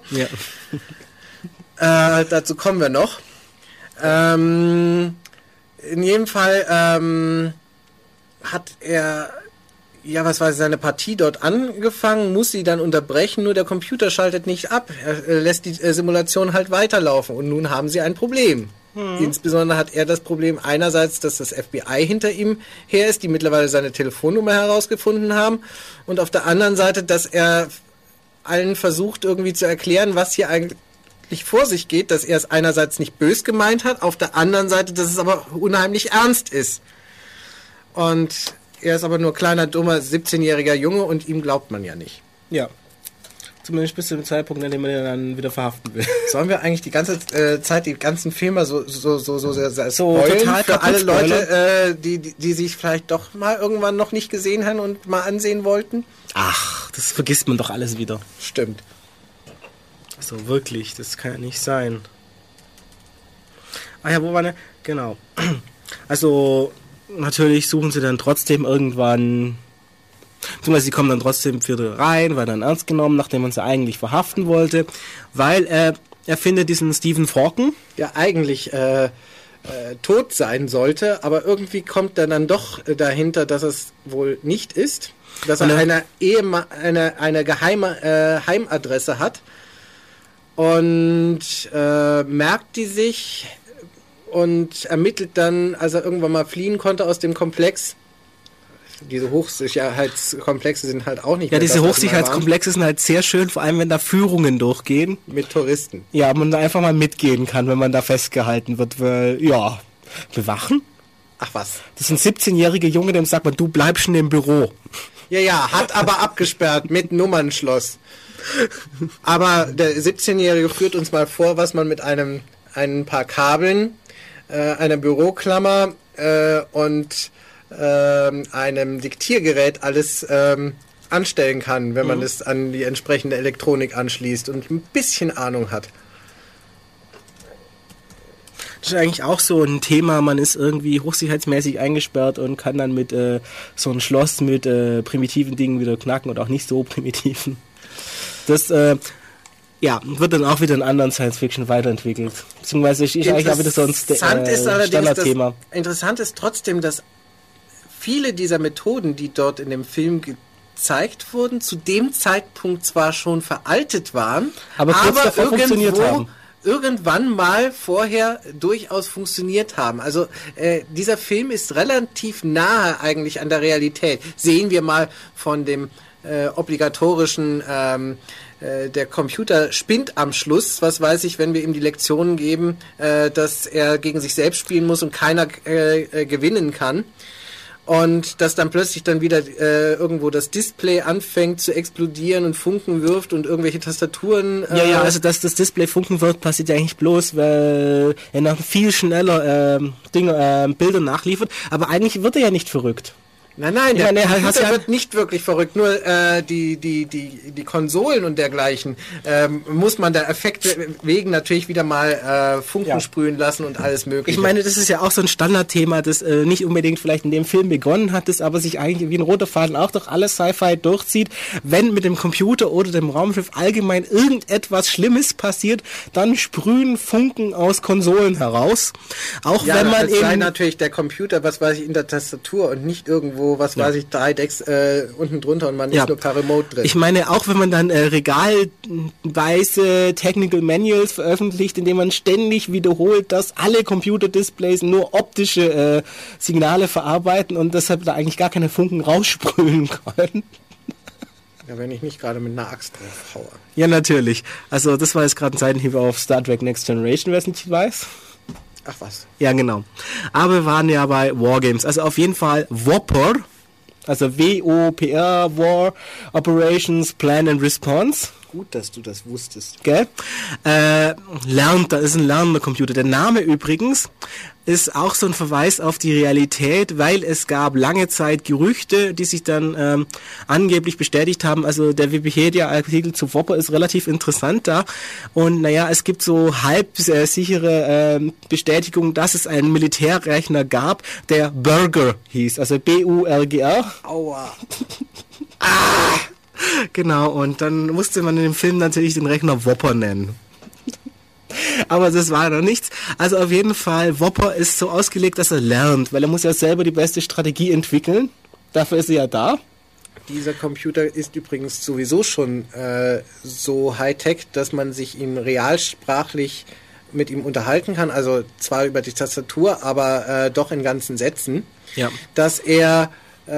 Ja. Dazu kommen wir noch. In jedem Fall hat er seine Partie dort angefangen, muss sie dann unterbrechen, nur der Computer schaltet nicht ab. Er lässt die Simulation halt weiterlaufen und nun haben sie ein Problem. Insbesondere hat er das Problem einerseits, dass das FBI hinter ihm her ist, die mittlerweile seine Telefonnummer herausgefunden haben, und auf der anderen Seite, dass er allen versucht irgendwie zu erklären, was hier eigentlich vor sich geht, dass er es einerseits nicht bös gemeint hat, auf der anderen Seite, dass es aber unheimlich ernst ist. Und er ist aber nur kleiner, dummer, 17-jähriger Junge und ihm glaubt man ja nicht. Ja. Zumindest bis zu dem Zeitpunkt, an dem man ihn dann wieder verhaften will. Sollen wir eigentlich die ganze Zeit die ganzen Filme so total für alle Leute, die sich vielleicht doch mal irgendwann noch nicht gesehen haben und mal ansehen wollten? Ach, das vergisst man doch alles wieder. Stimmt. So, wirklich, das kann ja nicht sein. Ah ja, wo war ne? Genau. Also, natürlich suchen sie dann trotzdem irgendwann, beziehungsweise sie kommen dann trotzdem wieder rein, weil dann ernst genommen, nachdem man sie eigentlich verhaften wollte, weil er findet diesen Stephen Forken, der eigentlich tot sein sollte, aber irgendwie kommt er dann doch dahinter, dass es wohl nicht ist, dass er eine geheime Heimadresse hat und merkt die sich und ermittelt dann, als er irgendwann mal fliehen konnte aus dem Komplex. Diese Hochsicherheitskomplexe sind halt auch nicht mehr. Ja, diese Hochsicherheitskomplexe sind halt sehr schön, vor allem wenn da Führungen durchgehen. Mit Touristen. Ja, man da einfach mal mitgehen kann, wenn man da festgehalten wird, weil, ja, bewachen? Ach was. Das ist ein 17-jähriger Junge, dem sagt man, du bleibst schon im Büro. Ja, hat aber abgesperrt mit Nummernschloss. Aber der 17-Jährige führt uns mal vor, was man mit ein paar Kabeln, einer Büroklammer und einem Diktiergerät alles anstellen kann, wenn man es an die entsprechende Elektronik anschließt und ein bisschen Ahnung hat. Das ist eigentlich auch so ein Thema, man ist irgendwie hochsicherheitsmäßig eingesperrt und kann dann mit so einem Schloss mit primitiven Dingen wieder knacken oder auch nicht so primitiven. Das wird dann auch wieder in anderen Science-Fiction weiterentwickelt. Beziehungsweise ist eigentlich auch wieder so ein Standardthema. Interessant ist trotzdem, dass viele dieser Methoden, die dort in dem Film gezeigt wurden, zu dem Zeitpunkt zwar schon veraltet waren, aber funktioniert haben. Irgendwann mal vorher durchaus funktioniert haben. Also dieser Film ist relativ nahe eigentlich an der Realität. Sehen wir mal von dem obligatorischen der Computer spinnt am Schluss, was weiß ich, wenn wir ihm die Lektionen geben, dass er gegen sich selbst spielen muss und keiner gewinnen kann. Und dass dann plötzlich dann wieder irgendwo das Display anfängt zu explodieren und Funken wirft und irgendwelche Tastaturen... also dass das Display funken wird, passiert ja eigentlich bloß, weil er noch viel schneller Bilder nachliefert. Aber eigentlich wird er ja nicht verrückt. Nein, der Computer wird nicht wirklich verrückt, nur die Konsolen und dergleichen muss man der Effekte wegen natürlich wieder mal Funken sprühen lassen und alles mögliche. Ich meine, das ist ja auch so ein Standardthema, das nicht unbedingt vielleicht in dem Film begonnen hat, das aber sich eigentlich wie ein roter Faden auch durch alles Sci-Fi durchzieht. Wenn mit dem Computer oder dem Raumschiff allgemein irgendetwas Schlimmes passiert, dann sprühen Funken aus Konsolen heraus. Auch wenn man eben... sei natürlich der Computer, was weiß ich, in der Tastatur und nicht irgendwo was weiß ich, 3 Decks unten drunter und man ist nur per Remote drin. Ich meine, auch wenn man dann regalweise Technical Manuals veröffentlicht, indem man ständig wiederholt, dass alle Computerdisplays nur optische Signale verarbeiten und deshalb da eigentlich gar keine Funken raussprühen können. Ja, wenn ich nicht gerade mit einer Axt drauf haue. Ja, natürlich. Also das war jetzt gerade ein Seitenhieb auf Star Trek Next Generation, wer es nicht weiß. Ach was. Ja, genau. Aber wir waren ja bei Wargames. Also auf jeden Fall WOPR, also WOPR, War Operations Plan and Response. Gut, dass du das wusstest. Gell? Das ist ein lernender Computer. Der Name übrigens ist auch so ein Verweis auf die Realität, weil es gab lange Zeit Gerüchte, die sich dann angeblich bestätigt haben. Also der Wikipedia-Artikel zu WOPR ist relativ interessant da. Und es gibt so halb sichere Bestätigung, dass es einen Militärrechner gab, der Burger hieß. Also BURGR. Aua. Genau, und dann musste man in dem Film natürlich den Rechner WOPR nennen. Aber das war noch nichts. Also auf jeden Fall, WOPR ist so ausgelegt, dass er lernt, weil er muss ja selber die beste Strategie entwickeln. Dafür ist er ja da. Dieser Computer ist übrigens sowieso schon so Hightech, dass man sich ihn realsprachlich mit ihm unterhalten kann. Also zwar über die Tastatur, aber doch in ganzen Sätzen. Ja. Dass er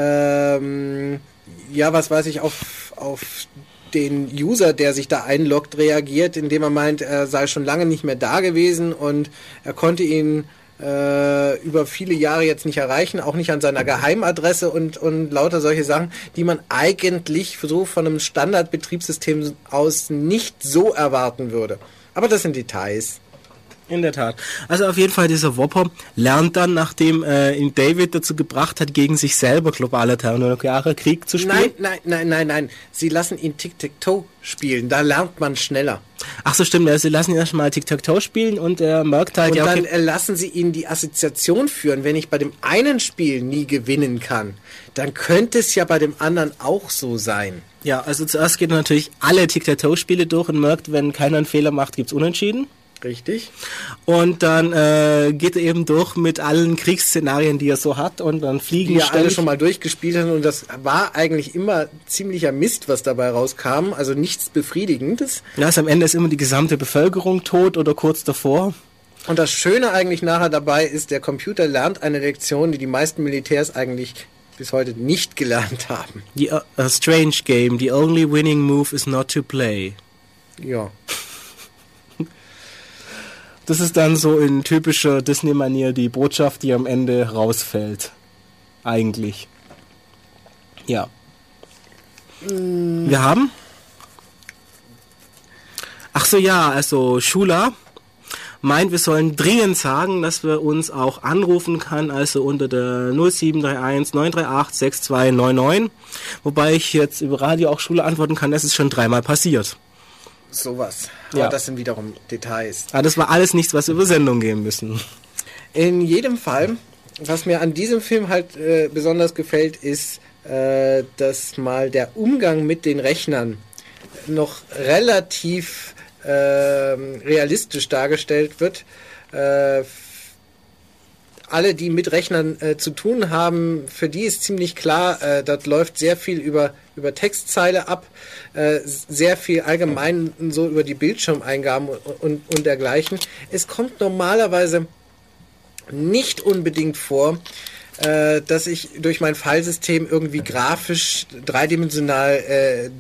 was weiß ich, auf den User, der sich da einloggt, reagiert, indem er meint, er sei schon lange nicht mehr da gewesen und er konnte ihn über viele Jahre jetzt nicht erreichen, auch nicht an seiner Geheimadresse und lauter solche Sachen, die man eigentlich so von einem Standardbetriebssystem aus nicht so erwarten würde. Aber das sind Details. In der Tat. Also auf jeden Fall dieser WOPR lernt dann, nachdem ihn David dazu gebracht hat, gegen sich selber globaler thermonuklearer Krieg zu spielen. Nein. Sie lassen ihn Tic-Tac-Toe spielen. Da lernt man schneller. Ach so, stimmt. Also sie lassen ihn erstmal Tic-Tac-Toe spielen und er merkt halt... Und dann lassen sie ihn die Assoziation führen. Wenn ich bei dem einen Spiel nie gewinnen kann, dann könnte es ja bei dem anderen auch so sein. Ja, also zuerst geht er natürlich alle Tic-Tac-Toe-Spiele durch und merkt, wenn keiner einen Fehler macht, gibt's Unentschieden. Richtig. Und dann geht er eben durch mit allen Kriegsszenarien, die er so hat und dann fliegen die ja alle schon mal durchgespielt haben und das war eigentlich immer ziemlicher Mist, was dabei rauskam, also nichts Befriedigendes. Ja, also am Ende ist immer die gesamte Bevölkerung tot oder kurz davor. Und das Schöne eigentlich nachher dabei ist, der Computer lernt eine Lektion, die die meisten Militärs eigentlich bis heute nicht gelernt haben. A strange game, the only winning move is not to play. Ja. Das ist dann so in typischer Disney-Manier die Botschaft, die am Ende rausfällt. Eigentlich. Ja. Wir haben? Ach so, ja, also Schula meint, wir sollen dringend sagen, dass wir uns auch anrufen kann, also unter der 0731 938 6299. Wobei ich jetzt über Radio auch Schule antworten kann, das ist schon 3-mal passiert. Sowas. Ja. Aber das sind wiederum Details. Aber das war alles nichts, was wir über Sendung gehen müssen. In jedem Fall, was mir an diesem Film halt besonders gefällt, ist, dass mal der Umgang mit den Rechnern noch relativ realistisch dargestellt wird. Alle, die mit Rechnern zu tun haben, für die ist ziemlich klar, das läuft sehr viel über Textzeile ab, sehr viel allgemein so über die Bildschirmeingaben und dergleichen. Es kommt normalerweise nicht unbedingt vor, dass ich durch mein Filesystem irgendwie grafisch dreidimensional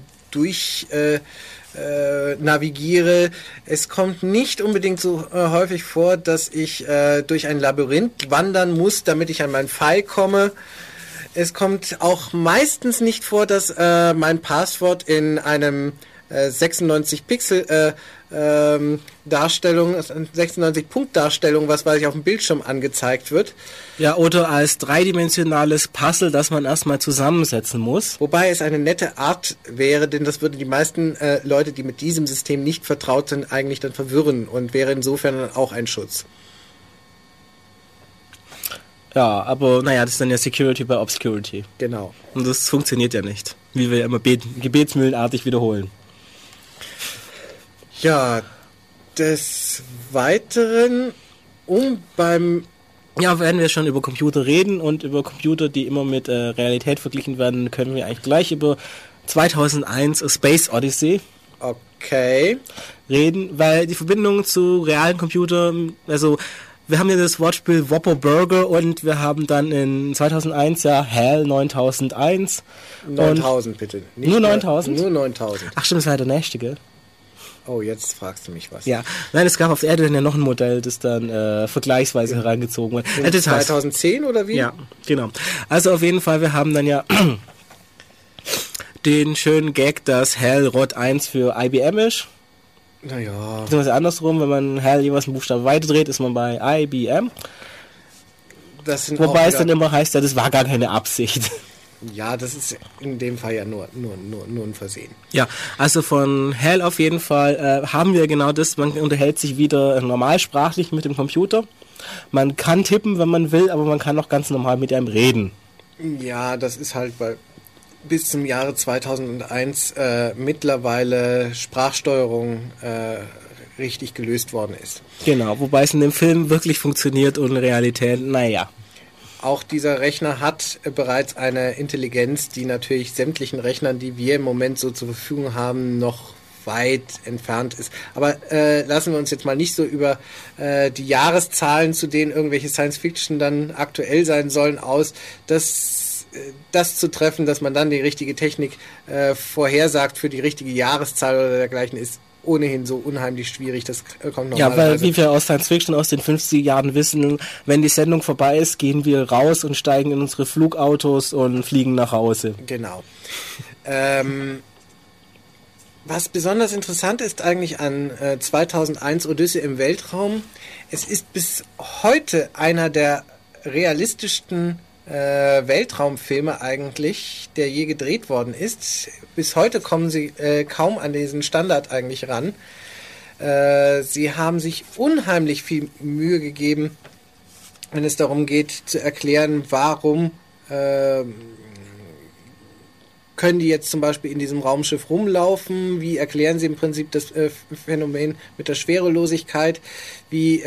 navigiere. Es kommt nicht unbedingt so häufig vor, dass ich durch ein Labyrinth wandern muss, damit ich an mein File komme. Es kommt auch meistens nicht vor, dass mein Passwort in einem 96 Pixel Darstellung, 96 Punkt Darstellung, was weiß ich, auf dem Bildschirm angezeigt wird. Ja, oder als dreidimensionales Puzzle, das man erstmal zusammensetzen muss. Wobei es eine nette Art wäre, denn das würde die meisten Leute, die mit diesem System nicht vertraut sind, eigentlich dann verwirren und wäre insofern dann auch ein Schutz. Ja, aber naja, das ist dann ja Security by Obscurity. Genau. Und das funktioniert ja nicht, wie wir ja immer gebetsmühlenartig wiederholen. Ja, des Weiteren, Ja, wenn wir schon über Computer reden und über Computer, die immer mit Realität verglichen werden, können wir eigentlich gleich über 2001 A Space Odyssey reden, weil die Verbindung zu realen Computern, also wir haben ja das Wortspiel Whopper Burger und wir haben dann in 2001 ja HAL 9001. 9000 bitte. Nicht nur 9000? Nur 9000. Ach stimmt, das war ja der nächste, gell? Oh, jetzt fragst du mich was. Ja, nein, es gab auf der Erde dann ja noch ein Modell, das dann vergleichsweise herangezogen wurde. Das 2010 oder wie? Ja, genau. Also auf jeden Fall, wir haben dann ja den schönen Gag, dass HAL ROT 1 für IBM ist. Naja. Beziehungsweise andersrum, wenn man HAL jeweils einen Buchstaben weiterdreht, ist man bei IBM. Wobei es dann immer heißt, ja, das war gar keine Absicht. Ja, das ist in dem Fall ja nur ein Versehen. Ja, also von HAL auf jeden Fall haben wir genau das, man unterhält sich wieder normalsprachlich mit dem Computer. Man kann tippen, wenn man will, aber man kann auch ganz normal mit einem reden. Ja, das ist halt bis zum Jahre 2001 mittlerweile Sprachsteuerung richtig gelöst worden ist. Genau, wobei es in dem Film wirklich funktioniert und in Realität, naja. Auch dieser Rechner hat bereits eine Intelligenz, die natürlich sämtlichen Rechnern, die wir im Moment so zur Verfügung haben, noch weit entfernt ist. Aber lassen wir uns jetzt mal nicht so über die Jahreszahlen, zu denen irgendwelche Science-Fiction dann aktuell sein sollen, aus. Das zu treffen, dass man dann die richtige Technik vorhersagt für die richtige Jahreszahl oder dergleichen, ist ohnehin so unheimlich schwierig, das kommt normalerweise. Ja, weil wie wir aus Science Fiction aus den 50er Jahren wissen, wenn die Sendung vorbei ist, gehen wir raus und steigen in unsere Flugautos und fliegen nach Hause. Genau. Was besonders interessant ist eigentlich an 2001 Odyssee im Weltraum, es ist bis heute einer der realistischsten Weltraumfilme eigentlich, der je gedreht worden ist. Bis heute kommen sie kaum an diesen Standard eigentlich ran. Sie haben sich unheimlich viel Mühe gegeben, wenn es darum geht zu erklären, warum können die jetzt zum Beispiel in diesem Raumschiff rumlaufen, wie erklären sie im Prinzip das Phänomen mit der Schwerelosigkeit, wie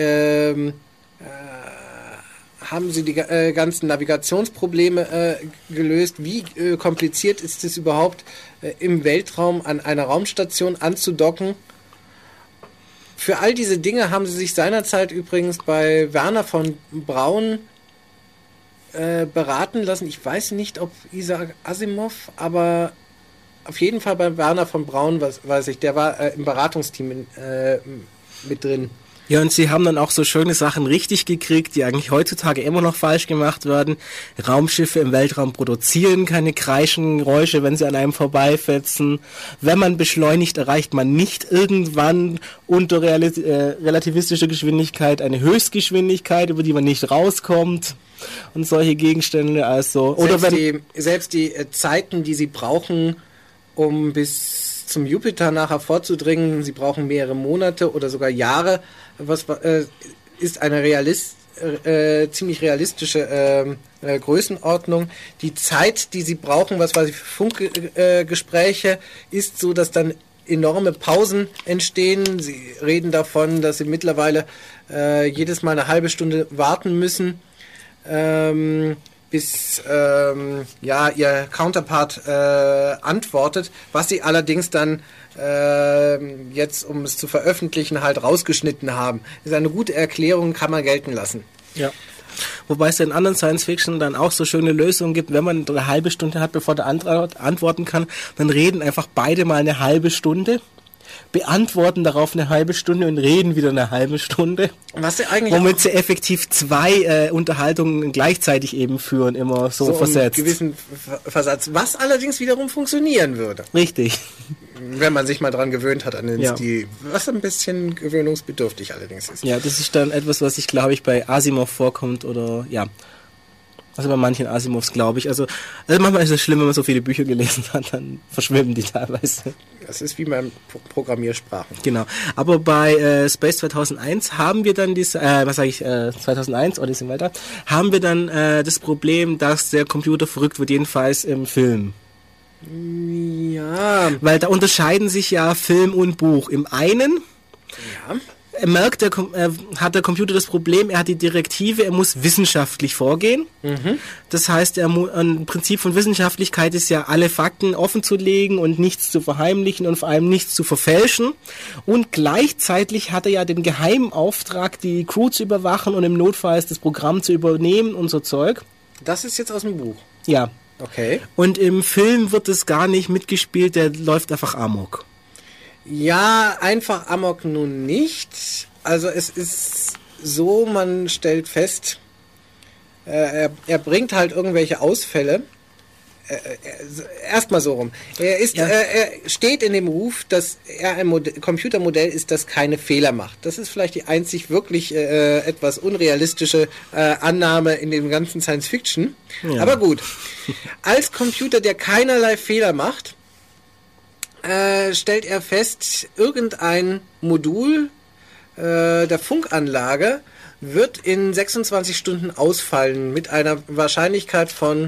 haben sie die ganzen Navigationsprobleme gelöst? Wie kompliziert ist es überhaupt, im Weltraum an einer Raumstation anzudocken? Für all diese Dinge haben sie sich seinerzeit übrigens bei Werner von Braun beraten lassen. Ich weiß nicht, ob Isaac Asimov, aber auf jeden Fall bei Werner von Braun, weiß ich, der war im Beratungsteam mit drin. Ja, und sie haben dann auch so schöne Sachen richtig gekriegt, die eigentlich heutzutage immer noch falsch gemacht werden. Raumschiffe im Weltraum produzieren keine kreischenden Geräusche, wenn sie an einem vorbeifetzen. Wenn man beschleunigt, erreicht man nicht irgendwann unter relativistischer Geschwindigkeit eine Höchstgeschwindigkeit, über die man nicht rauskommt. Und solche Gegenstände, also... Selbst die Zeiten, die sie brauchen, um bis zum Jupiter nachher vorzudringen, sie brauchen mehrere Monate oder sogar Jahre, ist eine ziemlich realistische Größenordnung. Die Zeit, die sie brauchen, was weiß ich, für Funkgespräche, ist so, dass dann enorme Pausen entstehen. Sie reden davon, dass sie mittlerweile jedes Mal eine halbe Stunde warten müssen, bis ihr Counterpart antwortet, was sie allerdings dann jetzt, um es zu veröffentlichen, halt rausgeschnitten haben. Das ist eine gute Erklärung, kann man gelten lassen. Ja. Wobei es in anderen Science-Fiction dann auch so schöne Lösungen gibt, wenn man eine halbe Stunde hat, bevor der andere antworten kann, dann reden einfach beide mal eine halbe Stunde, beantworten darauf eine halbe Stunde und reden wieder eine halbe Stunde. Was sie eigentlich womit sie effektiv zwei Unterhaltungen gleichzeitig eben führen, immer so versetzt. Einen gewissen Versatz, was allerdings wiederum funktionieren würde. Richtig. Wenn man sich mal dran gewöhnt hat an den Stil, was ein bisschen gewöhnungsbedürftig allerdings ist. Ja, das ist dann etwas, was ich glaube ich bei Asimov vorkommt oder ja. Also bei manchen Asimovs, glaube ich. Also manchmal ist es schlimm, wenn man so viele Bücher gelesen hat, dann verschwimmen die teilweise. Das ist wie beim Programmiersprachen. Genau. Aber bei Space 2001 haben wir dann 2001, Odyssey weiter, haben wir dann das Problem, dass der Computer verrückt wird, jedenfalls im Film. Ja. Weil da unterscheiden sich ja Film und Buch. Im einen... Ja. Hat der Computer das Problem, er hat die Direktive, er muss wissenschaftlich vorgehen. Mhm. Das heißt, ein Prinzip von Wissenschaftlichkeit ist ja, alle Fakten offen zu legen und nichts zu verheimlichen und vor allem nichts zu verfälschen. Und gleichzeitig hat er ja den geheimen Auftrag, die Crew zu überwachen und im Notfall das Programm zu übernehmen und so Zeug. Das ist jetzt aus dem Buch? Ja. Okay. Und im Film wird es gar nicht mitgespielt, der läuft einfach amok. Ja, einfach amok nun nicht. Also es ist so, man stellt fest, er bringt halt irgendwelche Ausfälle. Erstmal so rum. Er steht in dem Ruf, dass er ein Computermodell ist, das keine Fehler macht. Das ist vielleicht die einzig wirklich etwas unrealistische Annahme in dem ganzen Science Fiction. Ja. Aber gut, als Computer, der keinerlei Fehler macht, stellt er fest, irgendein Modul der Funkanlage wird in 26 Stunden ausfallen mit einer Wahrscheinlichkeit von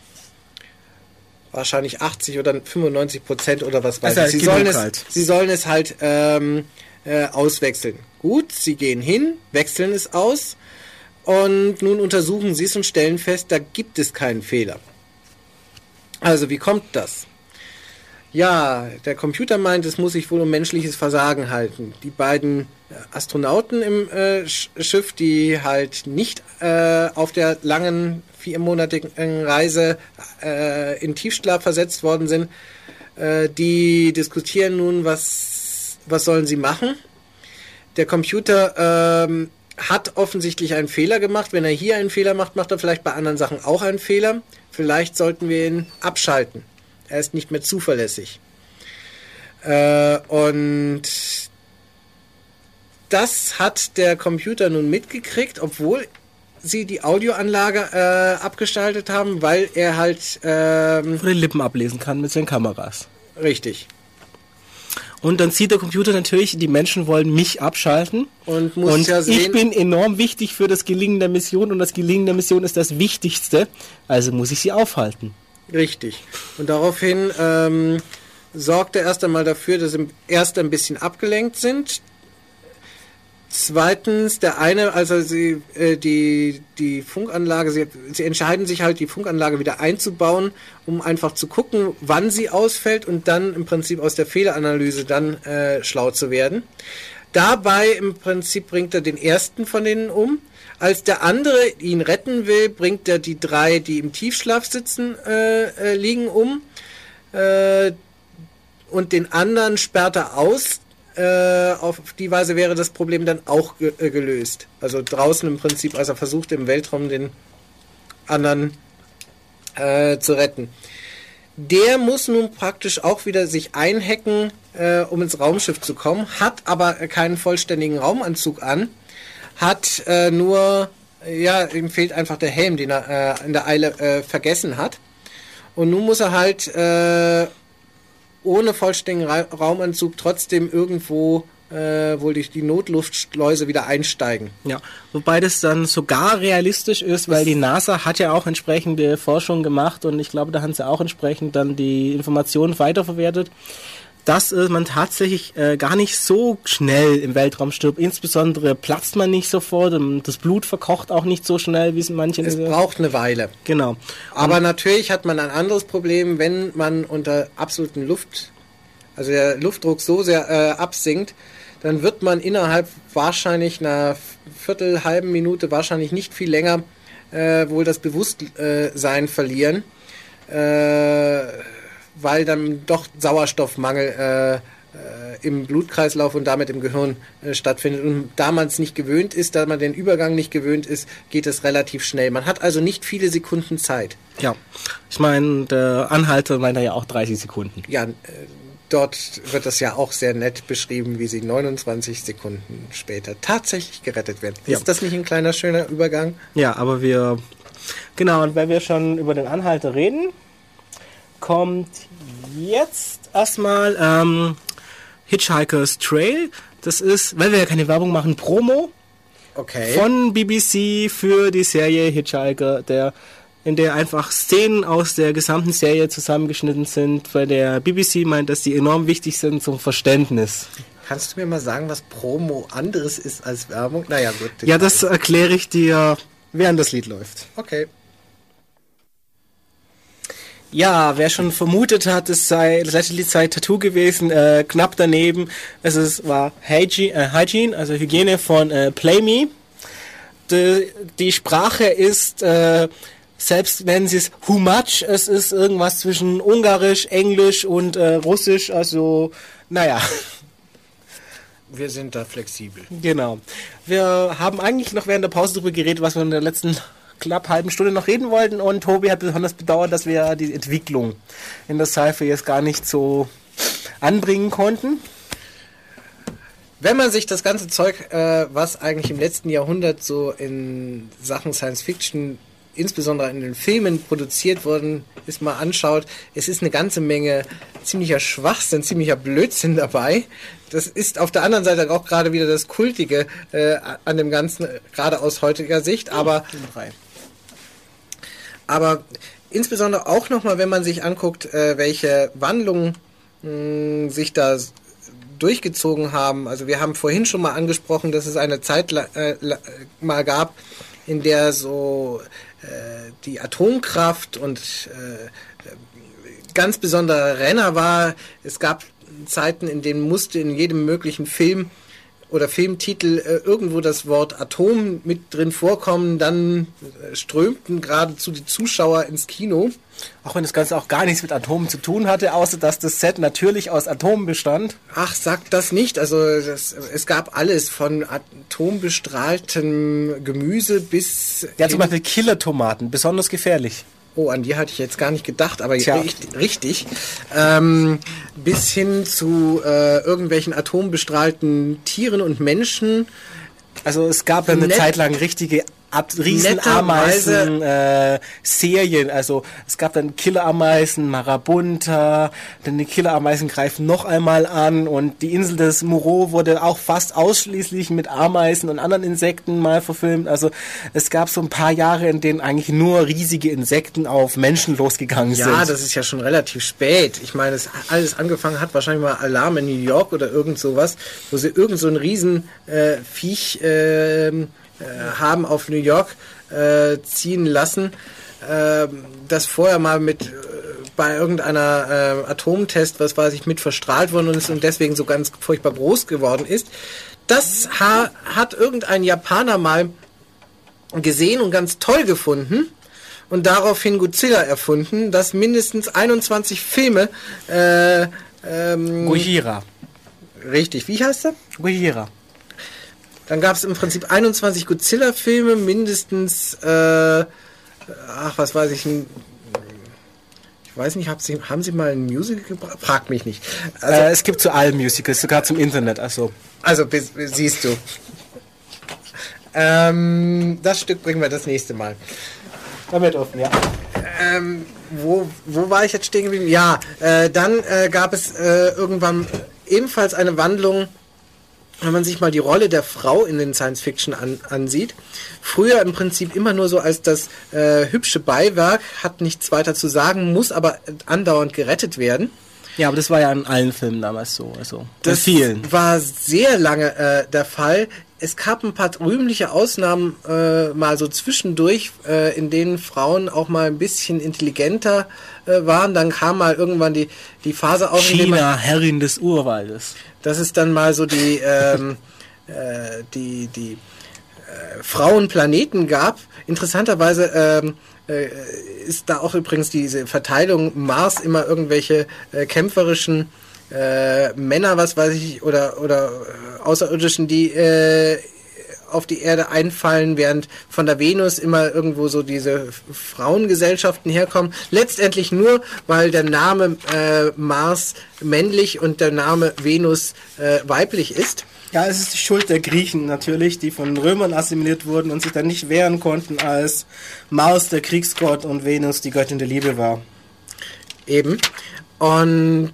wahrscheinlich 80 oder 95% oder was weiß ich. Sie sollen es halt auswechseln. Gut, sie gehen hin, wechseln es aus und nun untersuchen sie es und stellen fest, da gibt es keinen Fehler. Also wie kommt das? Ja, der Computer meint, es muss sich wohl um menschliches Versagen halten. Die beiden Astronauten im Schiff, die halt nicht auf der langen 4-monatigen Reise in Tiefschlaf versetzt worden sind, die diskutieren nun, was sollen sie machen. Der Computer hat offensichtlich einen Fehler gemacht. Wenn er hier einen Fehler macht, macht er vielleicht bei anderen Sachen auch einen Fehler. Vielleicht sollten wir ihn abschalten. Er ist nicht mehr zuverlässig. Und das hat der Computer nun mitgekriegt, obwohl sie die Audioanlage abgeschaltet haben, weil er halt von den Lippen ablesen kann mit seinen Kameras. Richtig. Und dann sieht der Computer natürlich, die Menschen wollen mich abschalten. Und ja sehen, ich bin enorm wichtig für das Gelingen der Mission und das Gelingen der Mission ist das Wichtigste. Also muss ich sie aufhalten. Richtig. Und daraufhin sorgt er erst einmal dafür, dass sie erst ein bisschen abgelenkt sind. Zweitens, der eine, also sie die Funkanlage, sie entscheiden sich halt, die Funkanlage wieder einzubauen, um einfach zu gucken, wann sie ausfällt und dann im Prinzip aus der Fehleranalyse dann schlau zu werden. Dabei im Prinzip bringt er den ersten von denen um. Als der andere ihn retten will, bringt er die 3, die im Tiefschlaf sitzen, liegen um. Und den anderen sperrt er aus, auf die Weise wäre das Problem dann auch gelöst. Also draußen im Prinzip, als er versucht im Weltraum den anderen zu retten. Der muss nun praktisch auch wieder sich einhacken, um ins Raumschiff zu kommen, hat aber keinen vollständigen Raumanzug an, hat ihm fehlt einfach der Helm, den er in der Eile vergessen hat. Und nun muss er halt ohne vollständigen Raumanzug trotzdem irgendwo wohl durch die Notluftschleuse wieder einsteigen. Ja, wobei das dann sogar realistisch ist, weil die NASA hat ja auch entsprechende Forschung gemacht und ich glaube, da haben sie auch entsprechend dann die Informationen weiterverwertet, dass man tatsächlich gar nicht so schnell im Weltraum stirbt. Insbesondere platzt man nicht sofort und das Blut verkocht auch nicht so schnell, wie es in manchen... Es braucht eine Weile. Genau. Aber natürlich hat man ein anderes Problem, wenn man unter absoluten also der Luftdruck so sehr absinkt, dann wird man innerhalb wahrscheinlich einer halben Minute, wahrscheinlich nicht viel länger, wohl das Bewusstsein verlieren, weil dann doch Sauerstoffmangel im Blutkreislauf und damit im Gehirn stattfindet. Und da man es nicht gewöhnt ist, da man den Übergang nicht gewöhnt ist, geht es relativ schnell. Man hat also nicht viele Sekunden Zeit. Ja, ich meine, der Anhalter meint ja auch 30 Sekunden. Ja, dort wird das ja auch sehr nett beschrieben, wie sie 29 Sekunden später tatsächlich gerettet werden. Ja. Ist das nicht ein kleiner, schöner Übergang? Ja, aber und weil wir schon über den Anhalter reden, kommt jetzt erstmal Hitchhiker's Trail. Das ist, weil wir ja keine Werbung machen, Promo von BBC für die Serie Hitchhiker, in der einfach Szenen aus der gesamten Serie zusammengeschnitten sind, weil der BBC meint, dass die enorm wichtig sind zum Verständnis. Kannst du mir mal sagen, was Promo anderes ist als Werbung? Naja, gut. Ja, das erkläre ich dir, während das Lied läuft. Okay. Ja, wer schon vermutet hat, das letzte Lied sei Tattoo gewesen, knapp daneben. War Hygiene, also Hygiene von Play Me. Die Sprache ist... selbst wenn sie es Who Much, es ist irgendwas zwischen Ungarisch, Englisch und Russisch, also naja. Wir sind da flexibel. Genau. Wir haben eigentlich noch während der Pause darüber geredet, was wir in der letzten knapp halben Stunde noch reden wollten und Tobi hat besonders bedauert, dass wir die Entwicklung in der Sci-Fi jetzt gar nicht so anbringen konnten. Wenn man sich das ganze Zeug, was eigentlich im letzten Jahrhundert so in Sachen Science Fiction insbesondere in den Filmen produziert worden ist, mal anschaut, es ist eine ganze Menge ziemlicher Schwachsinn, ziemlicher Blödsinn dabei. Das ist auf der anderen Seite auch gerade wieder das Kultige an dem Ganzen, gerade aus heutiger Sicht, aber insbesondere auch nochmal, wenn man sich anguckt, welche Wandlungen sich da durchgezogen haben. Also wir haben vorhin schon mal angesprochen, dass es eine Zeit mal gab, in der so die Atomkraft und ganz besonderer Renner war. Es gab Zeiten, in denen musste in jedem möglichen Film oder Filmtitel irgendwo das Wort Atom mit drin vorkommen. Dann strömten geradezu die Zuschauer ins Kino. Auch wenn das Ganze auch gar nichts mit Atomen zu tun hatte, außer dass das Set natürlich aus Atomen bestand. Ach, sagt das nicht. Also es gab alles von atombestrahltem Gemüse bis... Ja, zum Beispiel Killer-Tomaten, besonders gefährlich. Oh, an die hatte ich jetzt gar nicht gedacht, aber richtig. Bis hin zu irgendwelchen atombestrahlten Tieren und Menschen. Also es gab dann eine Zeit lang richtige Riesenameisen-Serien. Also es gab dann Killerameisen, Marabunta, dann die Killerameisen greifen noch einmal an und die Insel des Moreau wurde auch fast ausschließlich mit Ameisen und anderen Insekten mal verfilmt. Also es gab so ein paar Jahre, in denen eigentlich nur riesige Insekten auf Menschen losgegangen sind. Ja, das ist ja schon relativ spät. Ich meine, es alles angefangen hat wahrscheinlich mal Alarm in New York oder irgend sowas, wo sie irgend so ein Riesenviech haben auf New York ziehen lassen, das vorher mal bei irgendeiner Atomtest, was weiß ich, mit verstrahlt worden ist und deswegen so ganz furchtbar groß geworden ist. Das hat irgendein Japaner mal gesehen und ganz toll gefunden und daraufhin Godzilla erfunden, das mindestens 21 Filme Gojira. Richtig, wie heißt er? Gojira. Dann gab es im Prinzip 21 Godzilla-Filme, mindestens, was weiß ich, ich weiß nicht, haben Sie mal ein Musical gebracht? Frag mich nicht. Also, es gibt zu allen Musicals, sogar zum Internet, also. Also, siehst du. Das Stück bringen wir das nächste Mal. Damit offen, ja. Wo war ich jetzt stehen geblieben? Ja, dann gab es irgendwann ebenfalls eine Wandlung, wenn man sich mal die Rolle der Frau in den Science-Fiction ansieht. Früher im Prinzip immer nur so als das hübsche Beiwerk, hat nichts weiter zu sagen, muss aber andauernd gerettet werden. Ja, aber das war ja in allen Filmen damals so. Also das vielen. War sehr lange der Fall. Es gab ein paar rühmliche Ausnahmen mal so zwischendurch, in denen Frauen auch mal ein bisschen intelligenter waren. Dann kam mal irgendwann die Phase auf, China, Herrin des Urwaldes. Das ist dann mal so die Frauenplaneten gab. Interessanterweise ist da auch übrigens diese Verteilung Mars immer irgendwelche kämpferischen Männer, was weiß ich, oder Außerirdischen, die auf die Erde einfallen, während von der Venus immer irgendwo so diese Frauengesellschaften herkommen. Letztendlich nur, weil der Name Mars männlich und der Name Venus weiblich ist. Ja, es ist die Schuld der Griechen natürlich, die von Römern assimiliert wurden und sich dann nicht wehren konnten, als Mars der Kriegsgott und Venus die Göttin der Liebe war. Eben. Und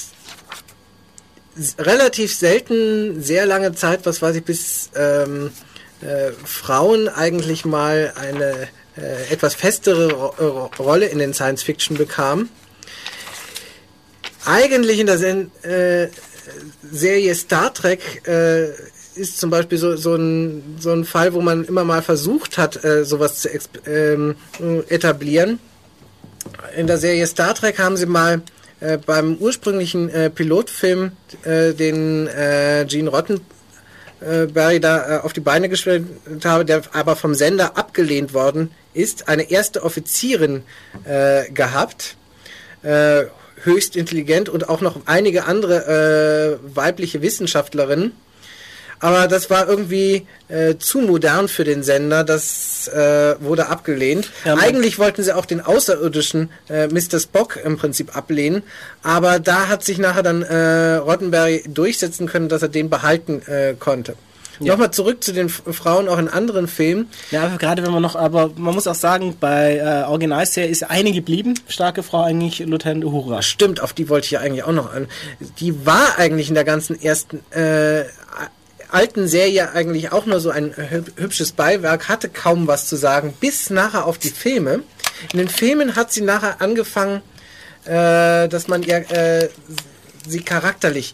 relativ selten, sehr lange Zeit, was weiß ich, bis Frauen eigentlich mal eine etwas festere Rolle in den Science-Fiction bekamen. Eigentlich in der Serie Star Trek ist zum Beispiel so ein Fall, wo man immer mal versucht hat, sowas zu etablieren. In der Serie Star Trek haben sie mal beim ursprünglichen Pilotfilm, den Gene Roddenberry da auf die Beine gestellt habe, der aber vom Sender abgelehnt worden ist, eine erste Offizierin gehabt, höchst intelligent und auch noch einige andere weibliche Wissenschaftlerinnen. Aber das war irgendwie zu modern für den Sender, das wurde abgelehnt. Ja, eigentlich wollten sie auch den außerirdischen Mr. Spock im Prinzip ablehnen, aber da hat sich nachher dann Roddenberry durchsetzen können, dass er den behalten konnte. Ja. Nochmal zurück zu den Frauen auch in anderen Filmen. Ja, gerade wenn man aber man muss auch sagen, bei Originalserie ist eine geblieben, starke Frau eigentlich, Lieutenant Uhura. Stimmt, auf die wollte ich ja eigentlich auch noch an. Die war eigentlich in der ganzen ersten alten Serie eigentlich auch nur so ein hübsches Beiwerk, hatte kaum was zu sagen, bis nachher auf die Filme. In den Filmen hat sie nachher angefangen, dass man ihr sie charakterlich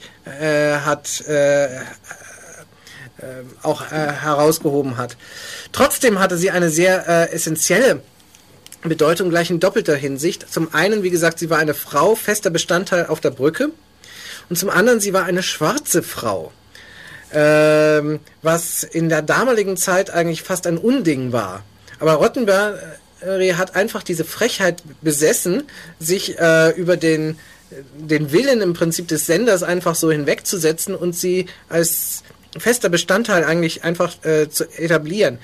auch herausgehoben hat. Trotzdem hatte sie eine sehr essentielle Bedeutung, gleich in doppelter Hinsicht. Zum einen, wie gesagt, sie war eine Frau, fester Bestandteil auf der Brücke. Und zum anderen, sie war eine schwarze Frau. Was in der damaligen Zeit eigentlich fast ein Unding war. Aber Roddenberry hat einfach diese Frechheit besessen, sich über den Willen im Prinzip des Senders einfach so hinwegzusetzen und sie als fester Bestandteil eigentlich einfach zu etablieren.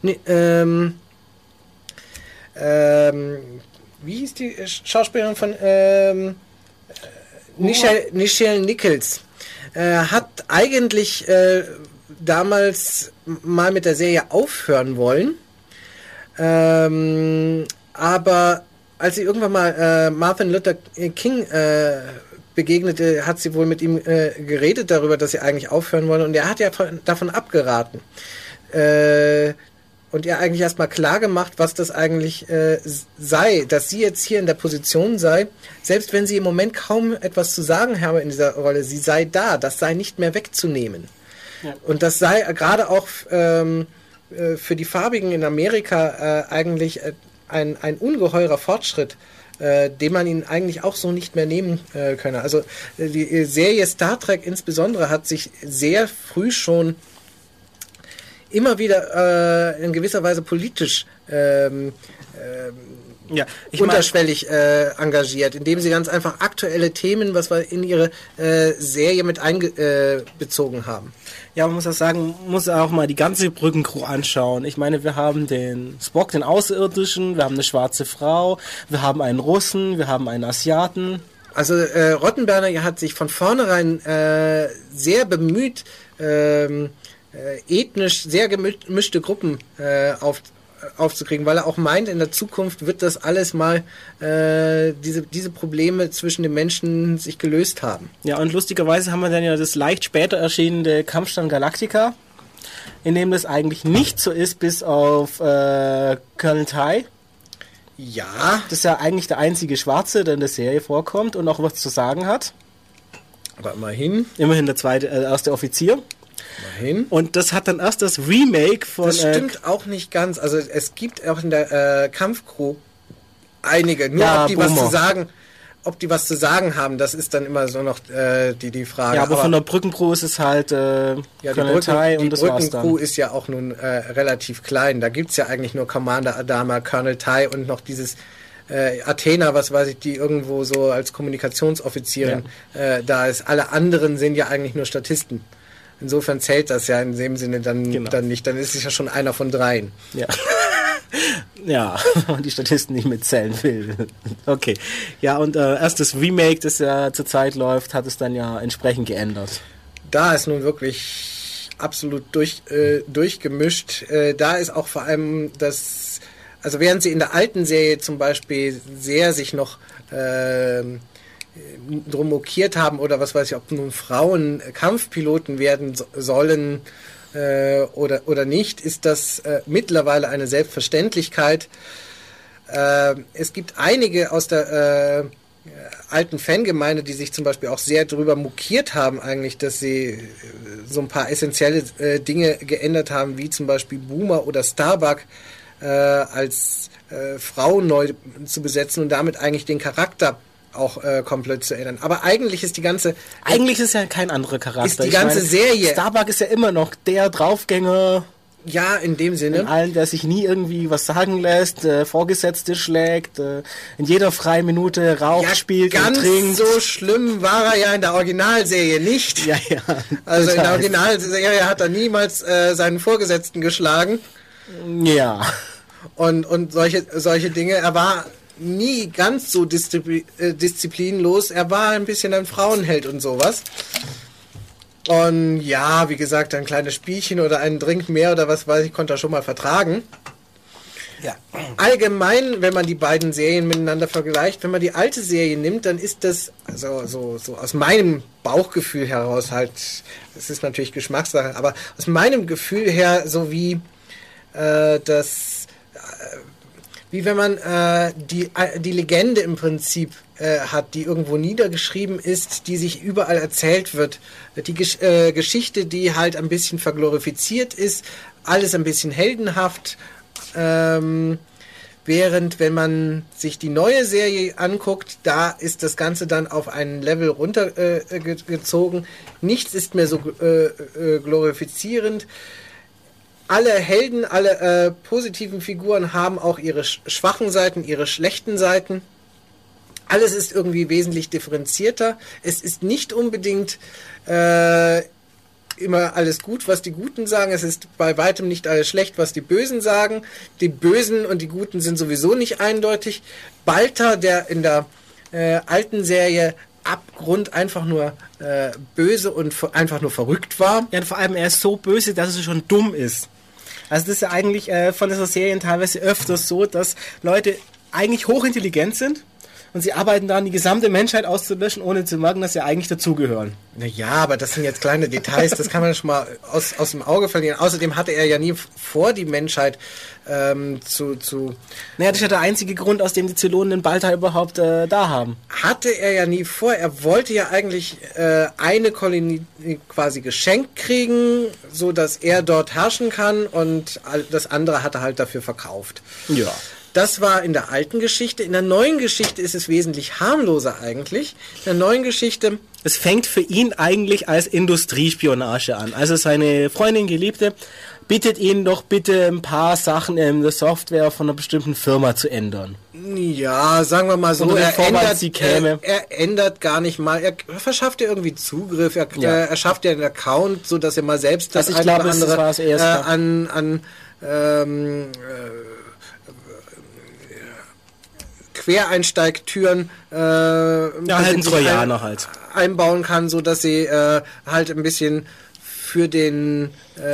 Wie hieß die Schauspielerin von Nichelle Nichols? Hat eigentlich damals mal mit der Serie aufhören wollen, aber als sie irgendwann mal Martin Luther King begegnete, hat sie wohl mit ihm geredet darüber, dass sie eigentlich aufhören wollen, und er hat ja davon abgeraten. Und ihr eigentlich erstmal klar gemacht, was das eigentlich sei, dass sie jetzt hier in der Position sei, selbst wenn sie im Moment kaum etwas zu sagen habe in dieser Rolle, sie sei da, das sei nicht mehr wegzunehmen. Ja. Und das sei gerade auch für die Farbigen in Amerika eigentlich ein ungeheurer Fortschritt, den man ihnen eigentlich auch so nicht mehr nehmen könne. Also die Serie Star Trek insbesondere hat sich sehr früh schon immer wieder in gewisser Weise politisch Ja, unterschwellig engagiert, indem sie ganz einfach aktuelle Themen, was wir in ihre Serie mit einbezogen haben. Ja, man muss auch sagen, muss auch mal die ganze Brückencrew anschauen. Ich meine, wir haben den Spock, den Außerirdischen, wir haben eine schwarze Frau, wir haben einen Russen, wir haben einen Asiaten. Also Rottenberger hat sich von vornherein sehr bemüht, ethnisch sehr gemischte Gruppen aufzukriegen, weil er auch meint, in der Zukunft wird das alles mal diese Probleme zwischen den Menschen sich gelöst haben. Ja, und lustigerweise haben wir dann ja das leicht später erschienene Kampfstern Galactica, in dem das eigentlich nicht so ist, bis auf Colonel Ty. Ja. Das ist ja eigentlich der einzige Schwarze, der in der Serie vorkommt und auch was zu sagen hat. Aber immerhin. Immerhin der erste Offizier. Immerhin. Und das hat dann erst das Remake von... Das stimmt auch nicht ganz. Also es gibt auch in der Kampfcrew einige. Nur ja, ob die was zu sagen haben, das ist dann immer so noch die Frage. Ja, aber von der Brückencrew ist es halt ja, die Brückencrew ist ja auch nun relativ klein. Da gibt's ja eigentlich nur Commander Adama, Colonel Ty und noch dieses Athena, was weiß ich, die irgendwo so als Kommunikationsoffizierin da ist. Alle anderen sind ja eigentlich nur Statisten. Insofern zählt das ja in dem Sinne dann nicht. Dann ist es ja schon einer von dreien. Ja. Ja, und die Statisten nicht mitzählen will. Okay. Ja, und erst das Remake, das ja zurzeit läuft, hat es dann ja entsprechend geändert. Da ist nun wirklich absolut durchgemischt. Da ist auch vor allem das, also während sie in der alten Serie zum Beispiel sehr sich noch drum mokiert haben oder was weiß ich, ob nun Frauen Kampfpiloten werden sollen oder nicht, ist das mittlerweile eine Selbstverständlichkeit. Es gibt einige aus der alten Fangemeinde, die sich zum Beispiel auch sehr darüber mokiert haben eigentlich, dass sie so ein paar essentielle Dinge geändert haben, wie zum Beispiel Boomer oder Starbuck als Frau neu zu besetzen und damit eigentlich den Charakter auch komplett zu ändern. Aber eigentlich ist die ganze... Eigentlich ist ja kein anderer Charakter. Ist die ganze Serie... Starbuck ist ja immer noch der Draufgänger... Ja, in dem Sinne. In allen, der sich nie irgendwie was sagen lässt, Vorgesetzte schlägt, in jeder freien Minute raucht, spielt und trinkt. Ganz so schlimm war er ja in der Originalserie nicht. Ja, ja. Also in der Originalserie hat er niemals seinen Vorgesetzten geschlagen. Ja. Und solche Dinge. Er war nie ganz so disziplinlos. Er war ein bisschen ein Frauenheld und sowas. Und ja, wie gesagt, ein kleines Spielchen oder einen Drink mehr oder was weiß ich, konnte er schon mal vertragen. Ja. Allgemein, wenn man die beiden Serien miteinander vergleicht, wenn man die alte Serie nimmt, dann ist das, also so aus meinem Bauchgefühl heraus halt, das ist natürlich Geschmackssache, aber aus meinem Gefühl her so wie wie wenn man die Legende im Prinzip hat, die irgendwo niedergeschrieben ist, die sich überall erzählt wird. Die Geschichte, die halt ein bisschen verglorifiziert ist, alles ein bisschen heldenhaft. Während, wenn man sich die neue Serie anguckt, da ist das Ganze dann auf einen Level runtergezogen. Nichts ist mehr so glorifizierend. Alle Helden, alle positiven Figuren haben auch ihre schwachen Seiten, ihre schlechten Seiten. Alles ist irgendwie wesentlich differenzierter. Es ist nicht unbedingt immer alles gut, was die Guten sagen. Es ist bei weitem nicht alles schlecht, was die Bösen sagen. Die Bösen und die Guten sind sowieso nicht eindeutig. Balta, der in der alten Serie Abgrund einfach nur böse und einfach nur verrückt war. Ja, und vor allem er ist so böse, dass es schon dumm ist. Also das ist ja eigentlich von dieser Serien teilweise öfters so, dass Leute eigentlich hochintelligent sind und sie arbeiten daran, die gesamte Menschheit auszulöschen, ohne zu merken, dass sie eigentlich dazugehören. Naja, aber das sind jetzt kleine Details, das kann man schon mal aus dem Auge verlieren. Außerdem hatte er ja nie vor, die Menschheit Naja, das ist ja der einzige Grund, aus dem die Zylonen den Balta überhaupt da haben. Hatte er ja nie vor. Er wollte ja eigentlich eine Kolonie quasi geschenkt kriegen, so dass er dort herrschen kann und das andere hat er halt dafür verkauft. Ja. Das war in der alten Geschichte. In der neuen Geschichte ist es wesentlich harmloser eigentlich. In der neuen Geschichte... Es fängt für ihn eigentlich als Industriespionage an. Also seine Freundin, Geliebte, bittet ihn doch bitte ein paar Sachen in der Software von einer bestimmten Firma zu ändern. Ja, sagen wir mal so, er ändert gar nicht mal, er verschafft ja irgendwie Zugriff, er schafft ja einen Account, so dass er mal selbst das ein oder andere an Quereinsteigtüren halt ein Trojaner halt einbauen kann, so dass sie halt ein bisschen für den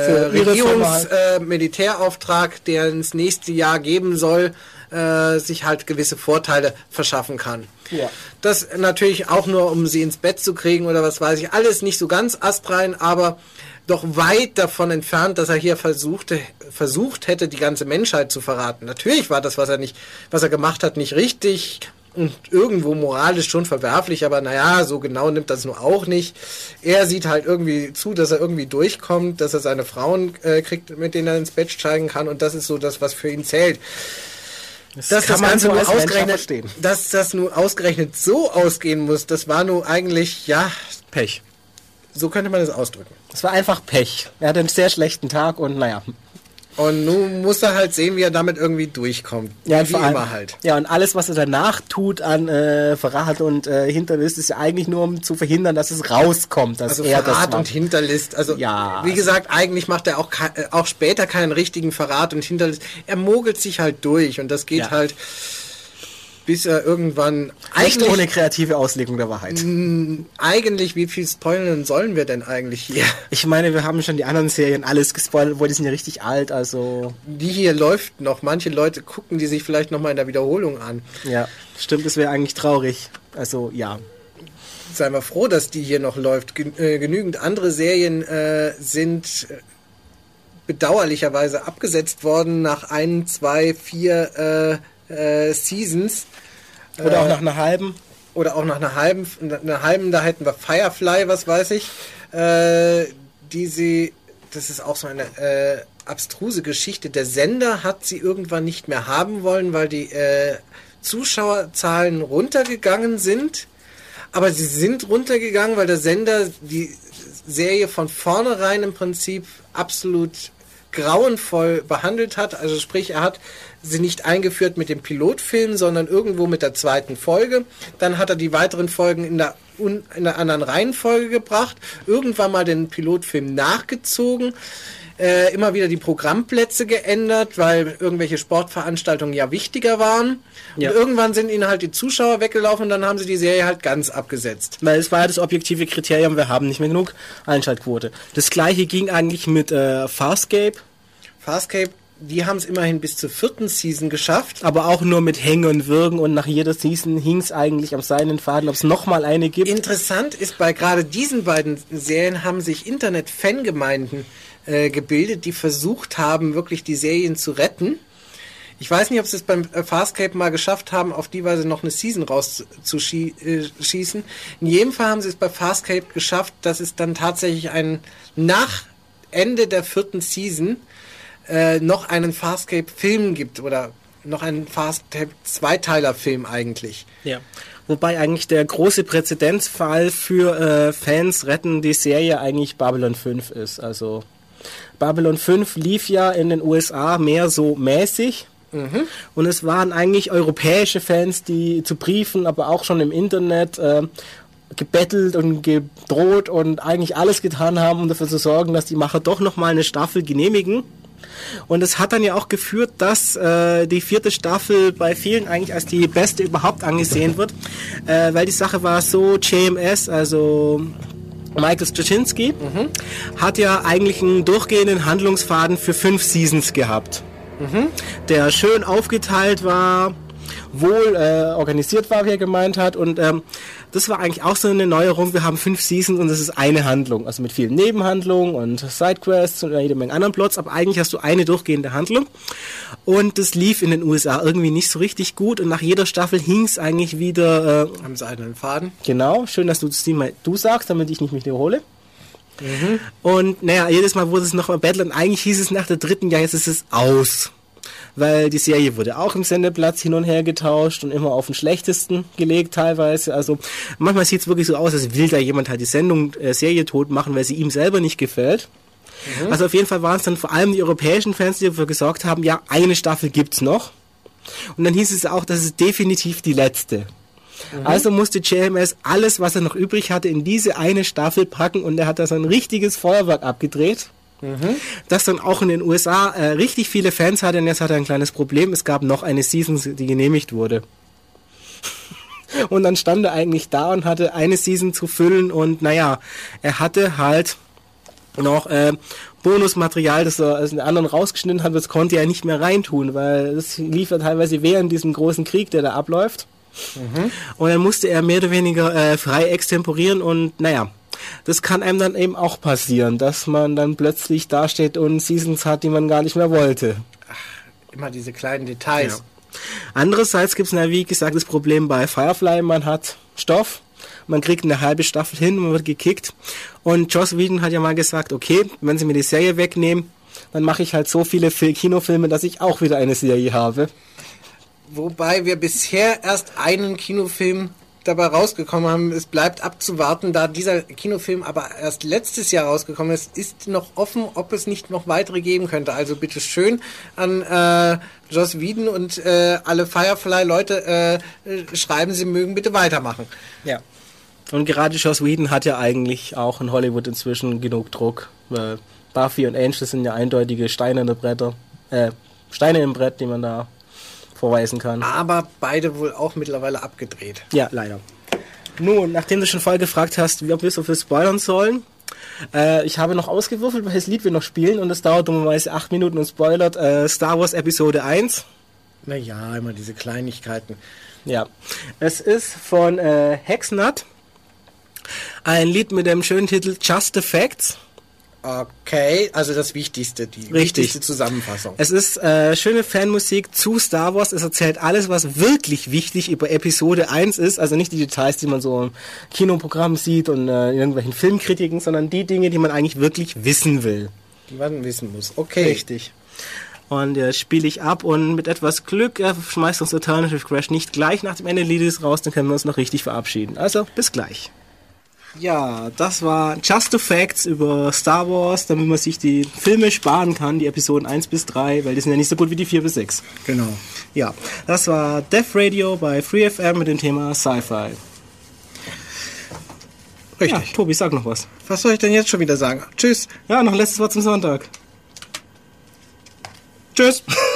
Militärauftrag, der ins nächste Jahr geben soll, sich halt gewisse Vorteile verschaffen kann. Ja. Das natürlich auch nur, um sie ins Bett zu kriegen oder was weiß ich. Alles nicht so ganz astrein, aber doch weit davon entfernt, dass er hier versucht hätte, die ganze Menschheit zu verraten. Natürlich war das, was er gemacht hat, nicht richtig und irgendwo moralisch schon verwerflich, aber naja, so genau nimmt das nur auch nicht. Er sieht halt irgendwie zu, dass er irgendwie durchkommt, dass er seine Frauen kriegt, mit denen er ins Bett steigen kann, und das ist so das, was für ihn zählt. Dass das Ganze dass das nur ausgerechnet so ausgehen muss, das war nur eigentlich, ja, Pech. So könnte man es ausdrücken. Es war einfach Pech. Er hatte einen sehr schlechten Tag und naja. Und nun muss er halt sehen, wie er damit irgendwie durchkommt. Ja, wie immer halt. Ja, und alles, was er danach tut an Verrat und Hinterlist, ist ja eigentlich nur, um zu verhindern, dass es rauskommt, dass also er Verrat das macht. Und Hinterlist. Also ja, wie gesagt, eigentlich macht er auch später keinen richtigen Verrat und Hinterlist. Er mogelt sich halt durch und das geht halt, bis er irgendwann... Nicht ohne kreative Auslegung der Wahrheit. Eigentlich, wie viel spoilern sollen wir denn eigentlich hier? Ich meine, wir haben schon die anderen Serien alles gespoilert, obwohl die sind ja richtig alt, also... Die hier läuft noch. Manche Leute gucken die sich vielleicht nochmal in der Wiederholung an. Ja, stimmt, das wäre eigentlich traurig. Also, ja. Seien wir froh, dass die hier noch läuft. Genügend andere Serien sind bedauerlicherweise abgesetzt worden nach 1, 2, 4 Seasons. Oder auch nach einer halben. Oder auch nach einer halben, da hätten wir Firefly, was weiß ich. Das ist auch so eine abstruse Geschichte. Der Sender hat sie irgendwann nicht mehr haben wollen, weil die Zuschauerzahlen runtergegangen sind. Aber sie sind runtergegangen, weil der Sender die Serie von vornherein im Prinzip absolut grauenvoll behandelt hat. Also sprich, er hat sie nicht eingeführt mit dem Pilotfilm, sondern irgendwo mit der zweiten Folge. Dann hat er die weiteren Folgen in der anderen Reihenfolge gebracht. Irgendwann mal den Pilotfilm nachgezogen. Immer wieder die Programmplätze geändert, weil irgendwelche Sportveranstaltungen ja wichtiger waren. Ja. Und irgendwann sind ihnen halt die Zuschauer weggelaufen und dann haben sie die Serie halt ganz abgesetzt. Weil es war ja das objektive Kriterium, wir haben nicht mehr genug Einschaltquote. Das gleiche ging eigentlich mit Farscape. Farscape, die haben es immerhin bis zur 4. Season geschafft. Aber auch nur mit Hängen und Würgen, und nach jeder Season hing es eigentlich am seidenen Faden, ob es nochmal eine gibt. Interessant ist, bei gerade diesen beiden Serien haben sich Internet-Fangemeinden gebildet, die versucht haben, wirklich die Serien zu retten. Ich weiß nicht, ob sie es beim Farscape mal geschafft haben, auf die Weise noch eine Season rauszuschießen. In jedem Fall haben sie es bei Farscape geschafft, dass es dann tatsächlich nach Ende der 4. Season noch einen Farscape-Film gibt, oder noch einen Farscape-Zweiteiler-Film eigentlich. Ja. Wobei eigentlich der große Präzedenzfall für Fans retten die Serie eigentlich Babylon 5 ist. Also Babylon 5 lief ja in den USA mehr so mäßig. Und es waren eigentlich europäische Fans, die zu Briefen, aber auch schon im Internet gebettelt und gedroht und eigentlich alles getan haben, um dafür zu sorgen, dass die Macher doch nochmal eine Staffel genehmigen. Und es hat dann ja auch geführt, dass die 4. Staffel bei vielen eigentlich als die beste überhaupt angesehen wird, weil die Sache war so, JMS, also Michael Straczynski, hat ja eigentlich einen durchgehenden Handlungsfaden für 5 Seasons gehabt, der schön aufgeteilt war, wohl organisiert war, wie er gemeint hat, und das war eigentlich auch so eine Neuerung. Wir haben 5 Seasons und es ist eine Handlung, also mit vielen Nebenhandlungen und Sidequests und jede Menge anderen Plots, aber eigentlich hast du eine durchgehende Handlung, und das lief in den USA irgendwie nicht so richtig gut, und nach jeder Staffel hing es eigentlich wieder am seidenen Faden. Genau, schön, dass du das Thema du sagst, damit ich nicht mich wiederhole. Und naja, jedes Mal wurde es nochmal Battle, und eigentlich hieß es nach der 3. Jahr, jetzt ist es aus. Weil die Serie wurde auch im Sendeplatz hin und her getauscht und immer auf den schlechtesten gelegt teilweise. Also manchmal sieht es wirklich so aus, als will da jemand halt die Serie tot machen, weil sie ihm selber nicht gefällt. Also auf jeden Fall waren es dann vor allem die europäischen Fans, die dafür gesorgt haben, ja, eine Staffel gibt's noch. Und dann hieß es auch, das ist definitiv die letzte. Also musste JMS alles, was er noch übrig hatte, in diese eine Staffel packen und er hat da so ein richtiges Feuerwerk abgedreht. Das dann auch in den USA richtig viele Fans hatte, und jetzt hat er ein kleines Problem. Es gab noch eine Season, die genehmigt wurde. Und dann stand er eigentlich da und hatte eine Season zu füllen und naja, er hatte halt noch Bonusmaterial, das er aus den anderen rausgeschnitten hat, das konnte er nicht mehr reintun, weil das lief ja teilweise während diesem großen Krieg, der da abläuft. Und dann musste er mehr oder weniger frei extemporieren und naja, das kann einem dann eben auch passieren, dass man dann plötzlich dasteht und Seasons hat, die man gar nicht mehr wollte. Immer diese kleinen Details. Ja. Andererseits gibt es, wie gesagt, das Problem bei Firefly, man hat Stoff, man kriegt eine halbe Staffel hin, man wird gekickt. Und Joss Whedon hat ja mal gesagt, okay, wenn sie mir die Serie wegnehmen, dann mache ich halt so viele Kinofilme, dass ich auch wieder eine Serie habe. Wobei wir bisher erst einen Kinofilm dabei rausgekommen haben. Es bleibt abzuwarten, da dieser Kinofilm aber erst letztes Jahr rausgekommen ist, ist noch offen, ob es nicht noch weitere geben könnte. Also bitte schön an Joss Whedon und alle Firefly-Leute schreiben, sie mögen bitte weitermachen. Ja. Und gerade Joss Whedon hat ja eigentlich auch in Hollywood inzwischen genug Druck. Weil Buffy und Angel sind ja eindeutige Steine in der Bretter, Steine im Brett, die man da vorweisen kann. Aber beide wohl auch mittlerweile abgedreht. Ja, leider. Nun, nachdem du schon vorher gefragt hast, ob wir so viel spoilern sollen, ich habe noch ausgewürfelt, welches Lied wir noch spielen, und es dauert dummerweise 8 Minuten und spoilert Star Wars Episode 1. Naja, immer diese Kleinigkeiten. Ja, es ist von Hexnut, ein Lied mit dem schönen Titel Just the Facts. Okay, also das Wichtigste, die wichtigste Zusammenfassung. Es ist schöne Fanmusik zu Star Wars. Es erzählt alles, was wirklich wichtig über Episode 1 ist. Also nicht die Details, die man so im Kinoprogramm sieht und in irgendwelchen Filmkritiken, sondern die Dinge, die man eigentlich wirklich wissen will. Die man wissen muss. Okay. Richtig. Und spiele ich ab und mit etwas Glück schmeißt uns Alternative Crash nicht gleich nach dem Ende des Liedes raus, dann können wir uns noch richtig verabschieden. Also, bis gleich. Ja, das war Just the Facts über Star Wars, damit man sich die Filme sparen kann, die Episoden 1 bis 3, weil die sind ja nicht so gut wie die 4 bis 6. Genau. Ja, das war Death Radio bei FreeFM mit dem Thema Sci-Fi. Richtig. Ja, Tobi, sag noch was. Was soll ich denn jetzt schon wieder sagen? Tschüss. Ja, noch ein letztes Wort zum Sonntag. Tschüss.